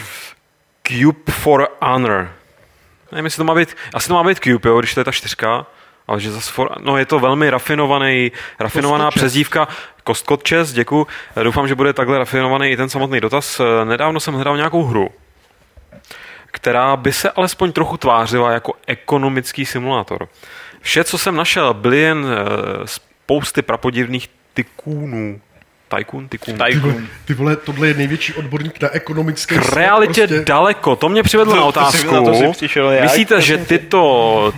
Cube for Honor. Nevím, jestli to má být, asi to má být Cube, jo, když to je ta 4, ale že zase no, je to velmi rafinovaná přezdívka. Kostkot Chess, děkuju. Doufám, že bude takhle rafinovaný i ten samotný dotaz. Nedávno jsem hledal nějakou hru, která by se alespoň trochu tvářila jako ekonomický simulátor. Vše, co jsem našel, byly jen spousty prapodivných tykůnů. Tycoon. Ty vole, tohle je největší odborník na ekonomické... K realitě prostě... daleko. To mě přivedlo na otázku. Myslíte, že tyto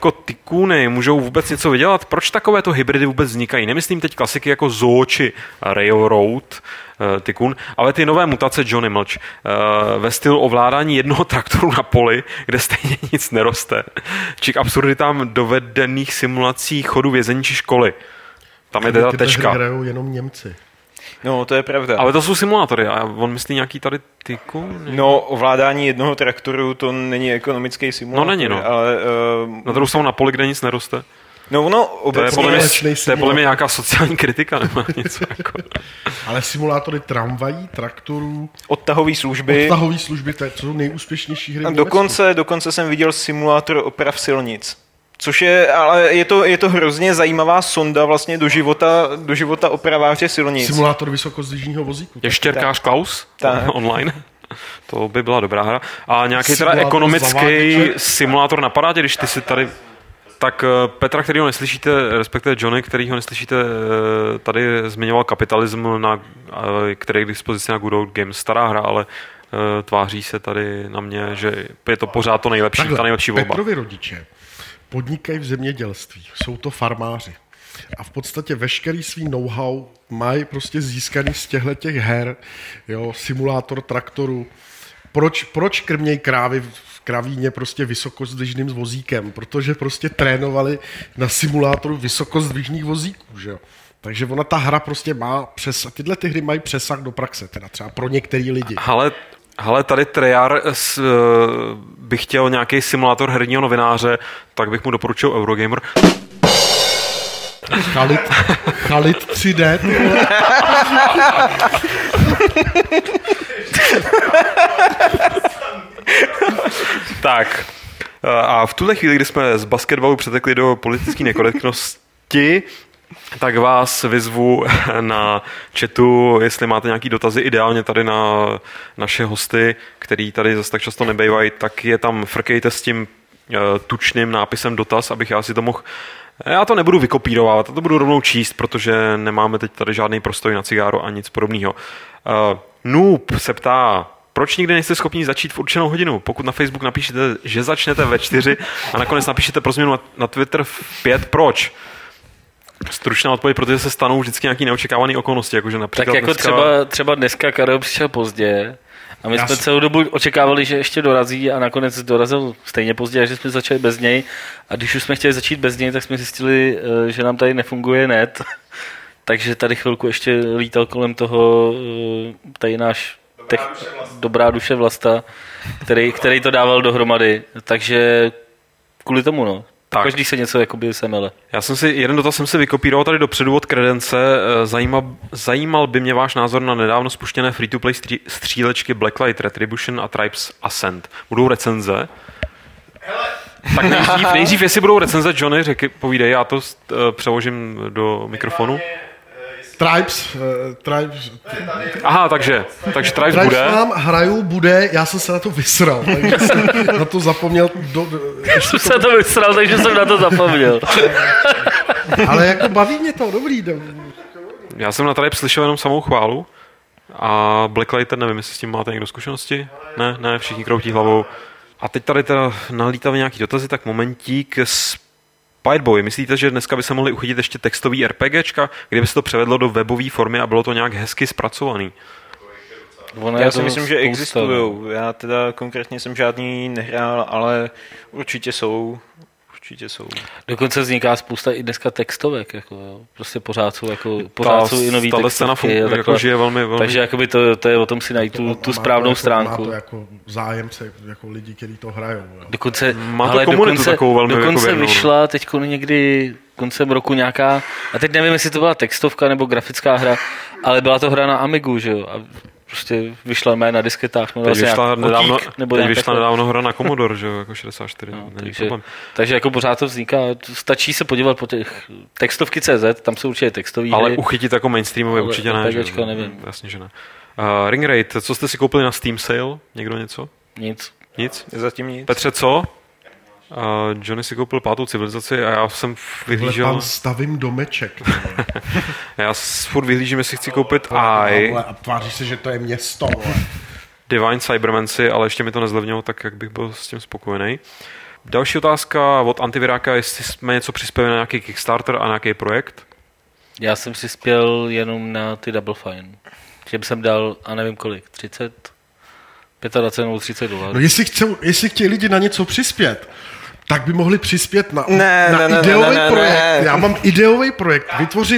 tykůny můžou vůbec něco vydělat? Proč takovéto hybridy vůbec vznikají? Nemyslím teď klasiky jako Zoo či Railroad Tycoon, ale ty nové mutace Johnny Mlč ve stylu ovládání jednoho traktoru na poli, kde stejně nic neroste. Či k absurditám dovedených simulací chodu vězení či školy. Tam je teda tečka. Hry hrajou jenom Němci. No, to je pravda. Ale to jsou simulátory a on myslí nějaký tady tyku? No, ovládání jednoho traktoru to není ekonomický simulátor. No není, no. Ale, na druhou stranu na poli, kde nic neroste. No, no, obecně... To je podle mě nějaká sociální kritika nebo něco jako. Ale simulátory tramvají, traktorů... Odtahové služby, to jsou nejúspěšnější hry. Dokonce jsem viděl simulátor oprav silnic. Což je, ale je to hrozně zajímavá sonda vlastně do života opraváře silnic. Simulátor vysokozdvižního vozíku. Ještěrkář Klaus online. To by byla dobrá hra. A nějaký teda ekonomický simulátor napadá tě, když ty si tady... Tak Petra, který ho neslyšíte, respektive Johnny, který ho neslyšíte, tady zmiňoval kapitalism, který je k dispozici na Good Old Games. Stará hra, ale tváří se tady na mě, že je to pořád to nejlepší, ta nejlepší volba. Petrovi rodiče podnikají v zemědělství, jsou to farmáři. A v podstatě veškerý svý know-how mají prostě získaný z těch her, jo, simulátor traktoru. Proč krmějí krávy v kravíně prostě vysokozdvižným vozíkem? Protože prostě trénovali na simulátoru vysokozdvižných vozíků, že jo. Takže ona ta hra prostě má přesah, tyhle ty hry mají přesah do praxe, teda třeba pro některý lidi. Ale tady Treyar bych chtěl nějaký simulátor herního novináře, tak bych mu doporučil Eurogamer. Khalid 3D. Tak. A v tuhle chvíli, kdy jsme z basketbalu přetekli do politické nekorektnosti, tak vás vyzvu na chatu, jestli máte nějaký dotazy, ideálně tady na naše hosty, který tady zase tak často nebejvají, tak je tam frkejte s tím tučným nápisem dotaz, abych já si to mohl... Já to nebudu vykopírovat, to budu rovnou číst, protože nemáme teď tady žádný prostor na cigáro a nic podobného. Noob se ptá, proč nikdy nejste schopni začít v určenou hodinu? Pokud na Facebook napíšete, že začnete ve 4 a nakonec napíšete pro změnu na Twitter v 5, proč? Stručná odpověď, protože se stanou vždycky nějaký neočekávané okolnosti, jakože například tak jako dneska... třeba dneska Karel přišel pozdě a my jsme celou dobu očekávali, že ještě dorazí a nakonec dorazil stejně pozdě, a že jsme začali bez něj a když už jsme chtěli začít bez něj, tak jsme zjistili, že nám tady nefunguje net, takže tady chvilku ještě lítal kolem toho tady náš dobrá duše Vlasta, který to dával dohromady, takže kvůli tomu, no. Tak. Každý se něco jakoby semele. Jeden dotaz jsem si vykopíroval tady dopředu od Credence. Zajímal by mě váš názor na nedávno spuštěné free-to-play střílečky Blacklight Retribution a Tribes Ascent. Budou recenze? Tak nejdřív, jestli budou recenze, Johnny, povídej, já to přeložím do mikrofonu. Tribes. Aha, takže Tribes bude. Bude, já jsem se na to vysral, takže jsem na to zapomněl. Jsem se na to vysral, takže jsem na to zapomněl. Ale jako baví mě to, dobrý. Já jsem na Tribes slyšel jenom samou chválu a Blacklight, nevím, jestli s tím máte někdo zkušenosti. Ne, všichni kroutí hlavou. A teď tady teda nalítaly nějaký dotazy, tak momentík. Spideboy, myslíte, že dneska by se mohli uchytit ještě textový RPGčka, kdyby se to převedlo do webové formy a bylo to nějak hezky zpracovaný? Já si myslím, že existují. Já teda konkrétně jsem žádný nehrál, ale určitě jsou. Dokonce vzniká spousta i dneska textovek, jako, jo. Prostě pořád jsou i nový textovky. Jako žije velmi. Takže jakoby to je o tom si najít tu správnou stránku. Má to jako zájemce, jako lidi, kteří to hrajou. Jo. Dokonce, má to komunitu takovou velmi dokonce jako vyšla teď někdy koncem roku nějaká, a teď nevím, jestli to byla textovka nebo grafická hra, ale byla to hra na Amigu, že jo. A prostě vyšla mé na disketách. Teď vyšla nedávno hra na Commodore, že jo, jako 64. No, takže jako pořád to vzniká. Stačí se podívat po těch textovky.cz, tam jsou určitě textový ale hry. uchytit jako mainstreamové určitě ne. Nevím. Jasně, že ne. Ring Raid, co jste si koupili na Steam Sale? Někdo něco? Nic? Zatím nic. Petře, co? Johnny si koupil 5. civilizaci a já jsem vyhlížel... Pan stavím domeček. Já furt vyhlížím, jestli chci koupit AI. A tváří se, že to je město. Divine Cybermancy, ale ještě mi to nezlevnilo, tak jak bych byl s tím spokojený. Další otázka od Antiviráka, jestli jsme něco přispěli na nějaký Kickstarter a nějaký projekt? Já jsem přispěl jenom na ty Double Fine. Že jsem dal, a nevím kolik, 30? 25 nebo $30. No jestli chtějí lidi na něco přispět, tak by mohli přispět na ideový projekt. Ne. Já mám ideový projekt. Vytvořit...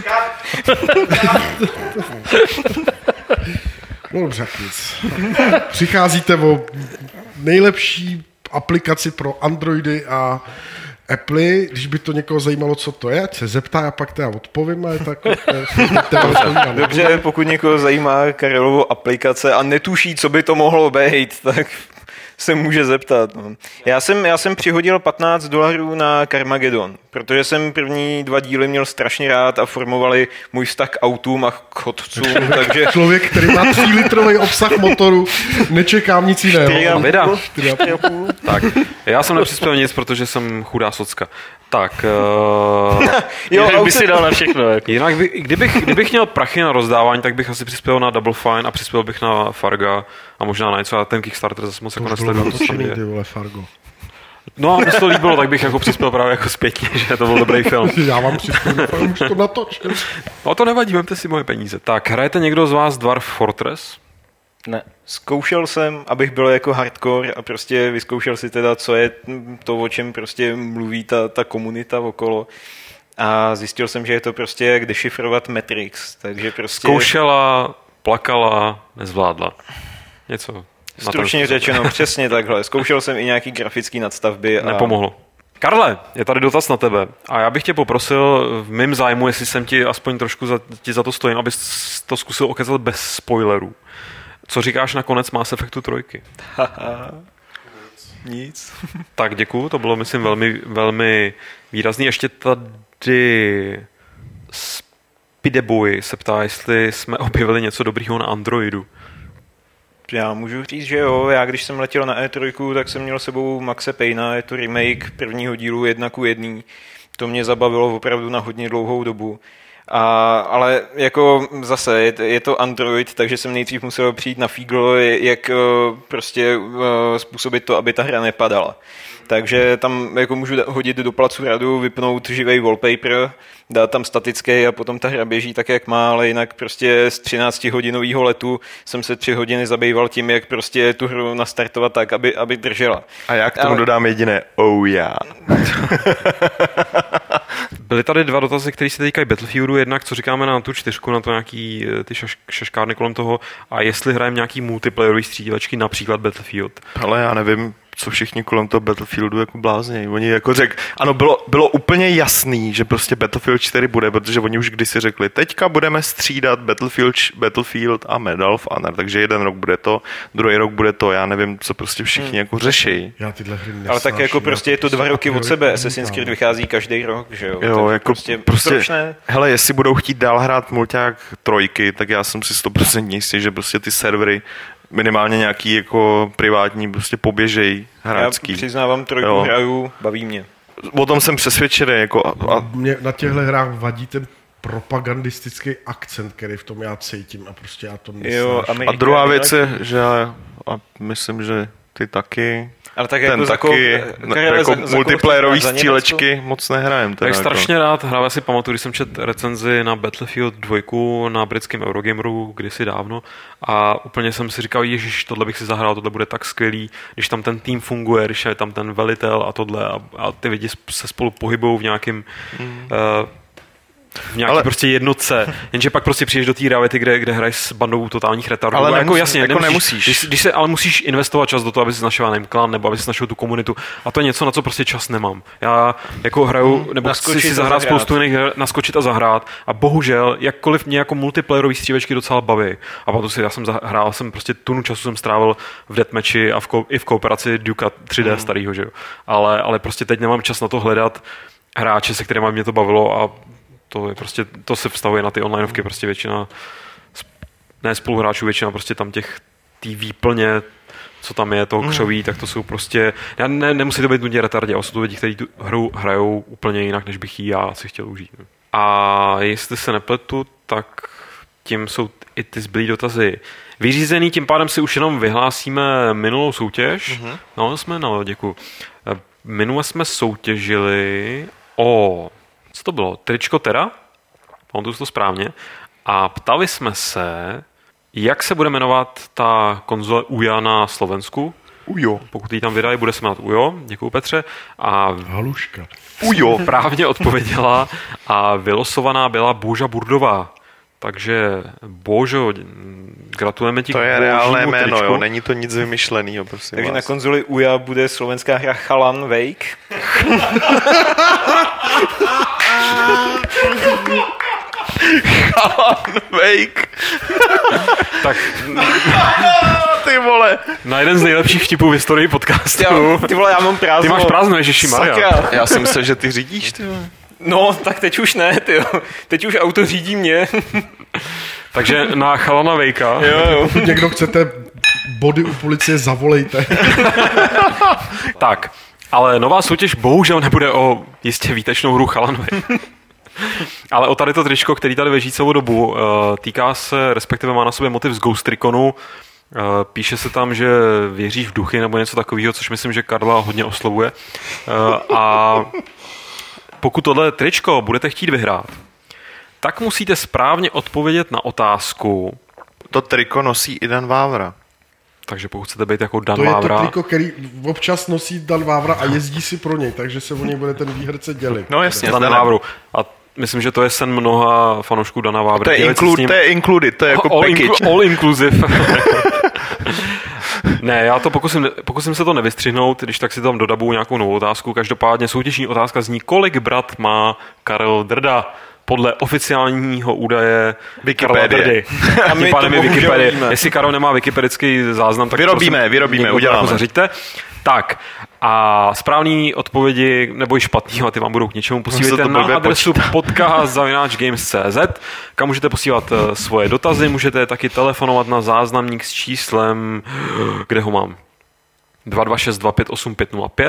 No dobře, nic. Přicházíte o nejlepší aplikaci pro Androidy a Apple, když by to někoho zajímalo, co to je, se zeptá a pak teda odpovím. Dobře, pokud někoho zajímá Karelovo aplikace a netuší, co by to mohlo být, tak se může zeptat. No. Já jsem přihodil $15 na Carmageddon, protože jsem první 2 díly měl strašně rád a formovali můj vztah k autům a k chodcům. Takže... Člověk, který má 3-litrový obsah motoru, nečekám nic jiného. 4,5. Tak, já jsem nepřispěl nic, protože jsem chudá socka. Tak, jinak by si dal na všechno. Jako. Jinak kdybych měl prachy na rozdávání, tak bych asi přispěl na Double Fine a přispěl bych na Farga a možná na něco, a ten Kickstarter zase moc jako nesleduju. Fargo. No a mi se to líbilo, tak bych jako přispěl právě jako zpětně, že to byl dobrý film. Já vám přispěl, už to natočil. No to nevadí, vemte si moje peníze. Tak, hrajete někdo z vás Dwarf Fortress? Ne. Zkoušel jsem, abych byl jako hardcore a prostě vyzkoušel si teda, co je to, o čem prostě mluví ta komunita okolo. A zjistil jsem, že je to prostě jak dešifrovat Matrix, takže prostě... Zkoušela, plakala, nezvládla. Něco. Stručně řečeno, přesně takhle. Zkoušel jsem i nějaký grafický nadstavby. Nepomohlo. Karle, je tady dotaz na tebe a já bych tě poprosil v mém zájmu, jestli jsem ti aspoň trošku za to stojím, abys to zkusil okecat bez spoilerů. Co říkáš na konec Mass Effectu 3? Nic. Tak děkuju, to bylo myslím velmi, velmi výrazný. Ještě tady Spideboy se ptá, jestli jsme objevili něco dobrýho na Androidu. Já můžu říct, že jo. Já když jsem letěl na E3, tak jsem měl sebou Maxe Payna, je to remake prvního dílu 1:1. To mě zabavilo opravdu na hodně dlouhou dobu. Ale jako zase je to Android, takže jsem nejdřív musel přijít na fíglo, jak prostě způsobit to, aby ta hra nepadala. Takže tam jako můžu hodit do placu radu, vypnout živej wallpaper, dát tam statický a potom ta hra běží tak, jak má, ale jinak prostě z 13-hodinového letu jsem se 3 hodiny zabýval tím, jak prostě tu hru nastartovat tak, aby držela. A já k tomu dodám jediné Byly tady 2 dotazy, které se týkají Battlefieldu. Jednak, co říkáme na tu 4, na to nějaký ty šaškárny kolem toho a jestli hrajeme nějaký multiplayerový střílečky, například Battlefield. Ale já nevím, co všichni kolem toho Battlefieldu jako bláznějí. Oni jako ano, bylo úplně jasný, že prostě Battlefield 4 bude, protože oni už kdysi řekli, teďka budeme střídat Battlefield a Medal of Honor, takže jeden rok bude to, druhý rok bude to, já nevím, co prostě všichni jako řeší. Já tyhle hry ale tak jako prostě je to 2 roky od sebe, Assassin's Creed vychází každý rok, že jo? Jo, jako prostě hele, jestli budou chtít dál hrát mulťák 3, tak já jsem si 100% jistý, že prostě ty servery minimálně nějaký jako privátní prostě poběžej hráčský. Já přiznávám, 3 hraju, baví mě. O tom jsem přesvědčený. Jako Mě na těchto hrách vadí ten propagandistický akcent, který v tom já cítím a prostě já to nesnáším. A druhá věc je, že a myslím, že ty taky, Ale tak ten jako taky, jako multiplayerový střílečky moc nehrajem. Tak strašně rád hrál, já si pamatuju, když jsem četl recenzi na Battlefield 2 na britském Eurogameru kdysi dávno a úplně jsem si říkal, ježiš, tohle bych si zahrál, tohle bude tak skvělý, když tam ten tým funguje, když je tam ten velitel a tohle a ty lidi se spolu pohybou v nějakým v nějaký prostě jednotce, jenže pak prostě přijdeš do té reality, kde hraješ s bandou totálních retardů. Ale jako jasně, jako nemusíš. Když se, ale musíš investovat čas do toho, aby si našel nevím, klan, nebo aby si našel tu komunitu. A to je něco, na co prostě čas nemám. Já jako hraju, nebo chci si zahrát spoustu jiných her, naskočit a zahrát. A bohužel, jakkoliv mě jako multiplayerový střílečky docela baví. A potom si, já jsem hrál, jsem prostě tunu času jsem strávil v deathmatchi a i v kooperaci Duka 3D starýho, že jo. Ale prostě teď nemám čas na to hledat hráče, se kterými mě to bavilo a to je prostě, to se vztahuje na ty onlineovky, prostě většina, ne spoluhráčů, většina prostě tam tý výplně, co tam je, toho křoví, tak to jsou prostě, nemusí to být nutně retardi, ale jsou to lidi, kteří tu hru hrajou úplně jinak, než bych ji já si chtěl užít. A jestli se nepletu, tak tím jsou i ty zbylý dotazy vyřízený, tím pádem si už jenom vyhlásíme minulou soutěž. Děkuju. Minule jsme soutěžili o co to bylo? Tričko Terra? Pamatuju to správně. A ptali jsme se, jak se bude jmenovat ta konzole Uja na Slovensku. Ujo. Pokud ji tam vydají, bude se jmenovat Ujo. Děkuju, Petře. A Haluška. Ujo. Právně odpověděla a vylosovaná byla Boža Burdová. Takže Božo, gratulujeme ti. To je reálné jméno, jo? Není to nic vymyšlenýho, prosím. Takže vás. Na konzoli Uja bude slovenská hra Chalan Wake. Chalan Wake. Tak ty vole. Na jeden z nejlepších vtipů v historii podcastu. Ty vole, já mám prázdno. Ty máš prázdno, ježišimarja. Já jsem myslel, že ty řídíš, ty vole. No, tak teď už ne, ty. Teď už auto řídí mě. Takže na Chalana Vejka. Jo. Pokud někdo chcete body u policie, zavolejte. Tak, ale nová soutěž bohužel nebude o jistě výtečnou hru Chalan Wake. Ale o tady to tričko, který tady leží celou dobu, týká se, respektive má na sobě motiv z Ghost Reconu. Píše se tam, že věříš v duchy nebo něco takového, což myslím, že Karla hodně oslovuje. A pokud tohle tričko budete chtít vyhrát, tak musíte správně odpovědět na otázku. To triko nosí i Dan Vávra. Takže pokud chcete být jako Dan to Vávra... To je to triko, který občas nosí Dan Vávra a jezdí si pro něj, takže se o něj bude ten výherce dělit. No jasně, Dan Vávru. A myslím, že to je sen mnoha fanoušků Dana Vávry. To je included, to je jako package. All inclusive. Ne, já to pokusím se to nevystřihnout, když tak si tam dodabuju nějakou novou otázku. Každopádně soutěžní otázka zní, kolik brat má Karel Drda? Podle oficiálního údaje Karla Drdy. A tím pádem je Wikipedie. Jestli Karel nemá wikipedický záznam, tak vyrobíme, uděláme. Jako zařiďte. Tak, a správný odpovědi, nebo i špatný, a ty vám budou k něčemu, posílejte na adresu podcast@games.cz, kam můžete posílat svoje dotazy, můžete taky telefonovat na záznamník s číslem, kde ho mám? 226258505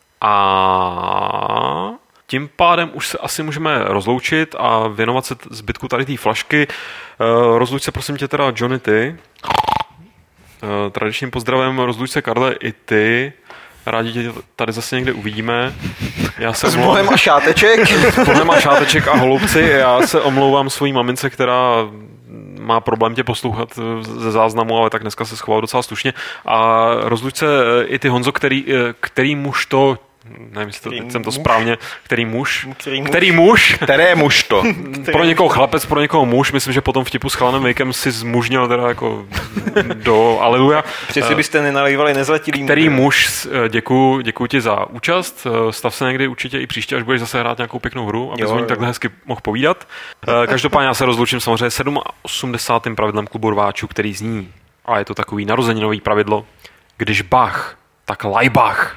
a tím pádem už se asi můžeme rozloučit a věnovat se zbytku tady té flašky. Rozluč se prosím tě teda Johnny ty. Tradičním pozdravem rozluč se Karle i ty. Rádi tě tady zase někde uvidíme. S bohem a šáteček. S bohem a šáteček a holoubci. Já se omlouvám svojí mamince, která má problém tě poslouchat ze záznamu, ale tak dneska se schoval docela slušně. A rozluč se i ty, Honzo, který muž to, nevím, jestli teď jsem to správně, který muž? Které muž to? Pro někoho chlapec, pro někoho muž. Myslím, že potom vtipu s Chalanem Vejkem si zmužnil teda jako do aleluja. Přeci byste nenalívali nezletilým. Který muž, děkuju ti za účast. Stav se někdy určitě i příště, až budeš zase hrát nějakou pěknou hru, aby jsme takhle hezky mohl povídat. Každopádně já se rozlučím samozřejmě 87. pravidlem klubu rváčů, který zní, a je to takový narozeninový pravidlo, když Bach, tak Laibach.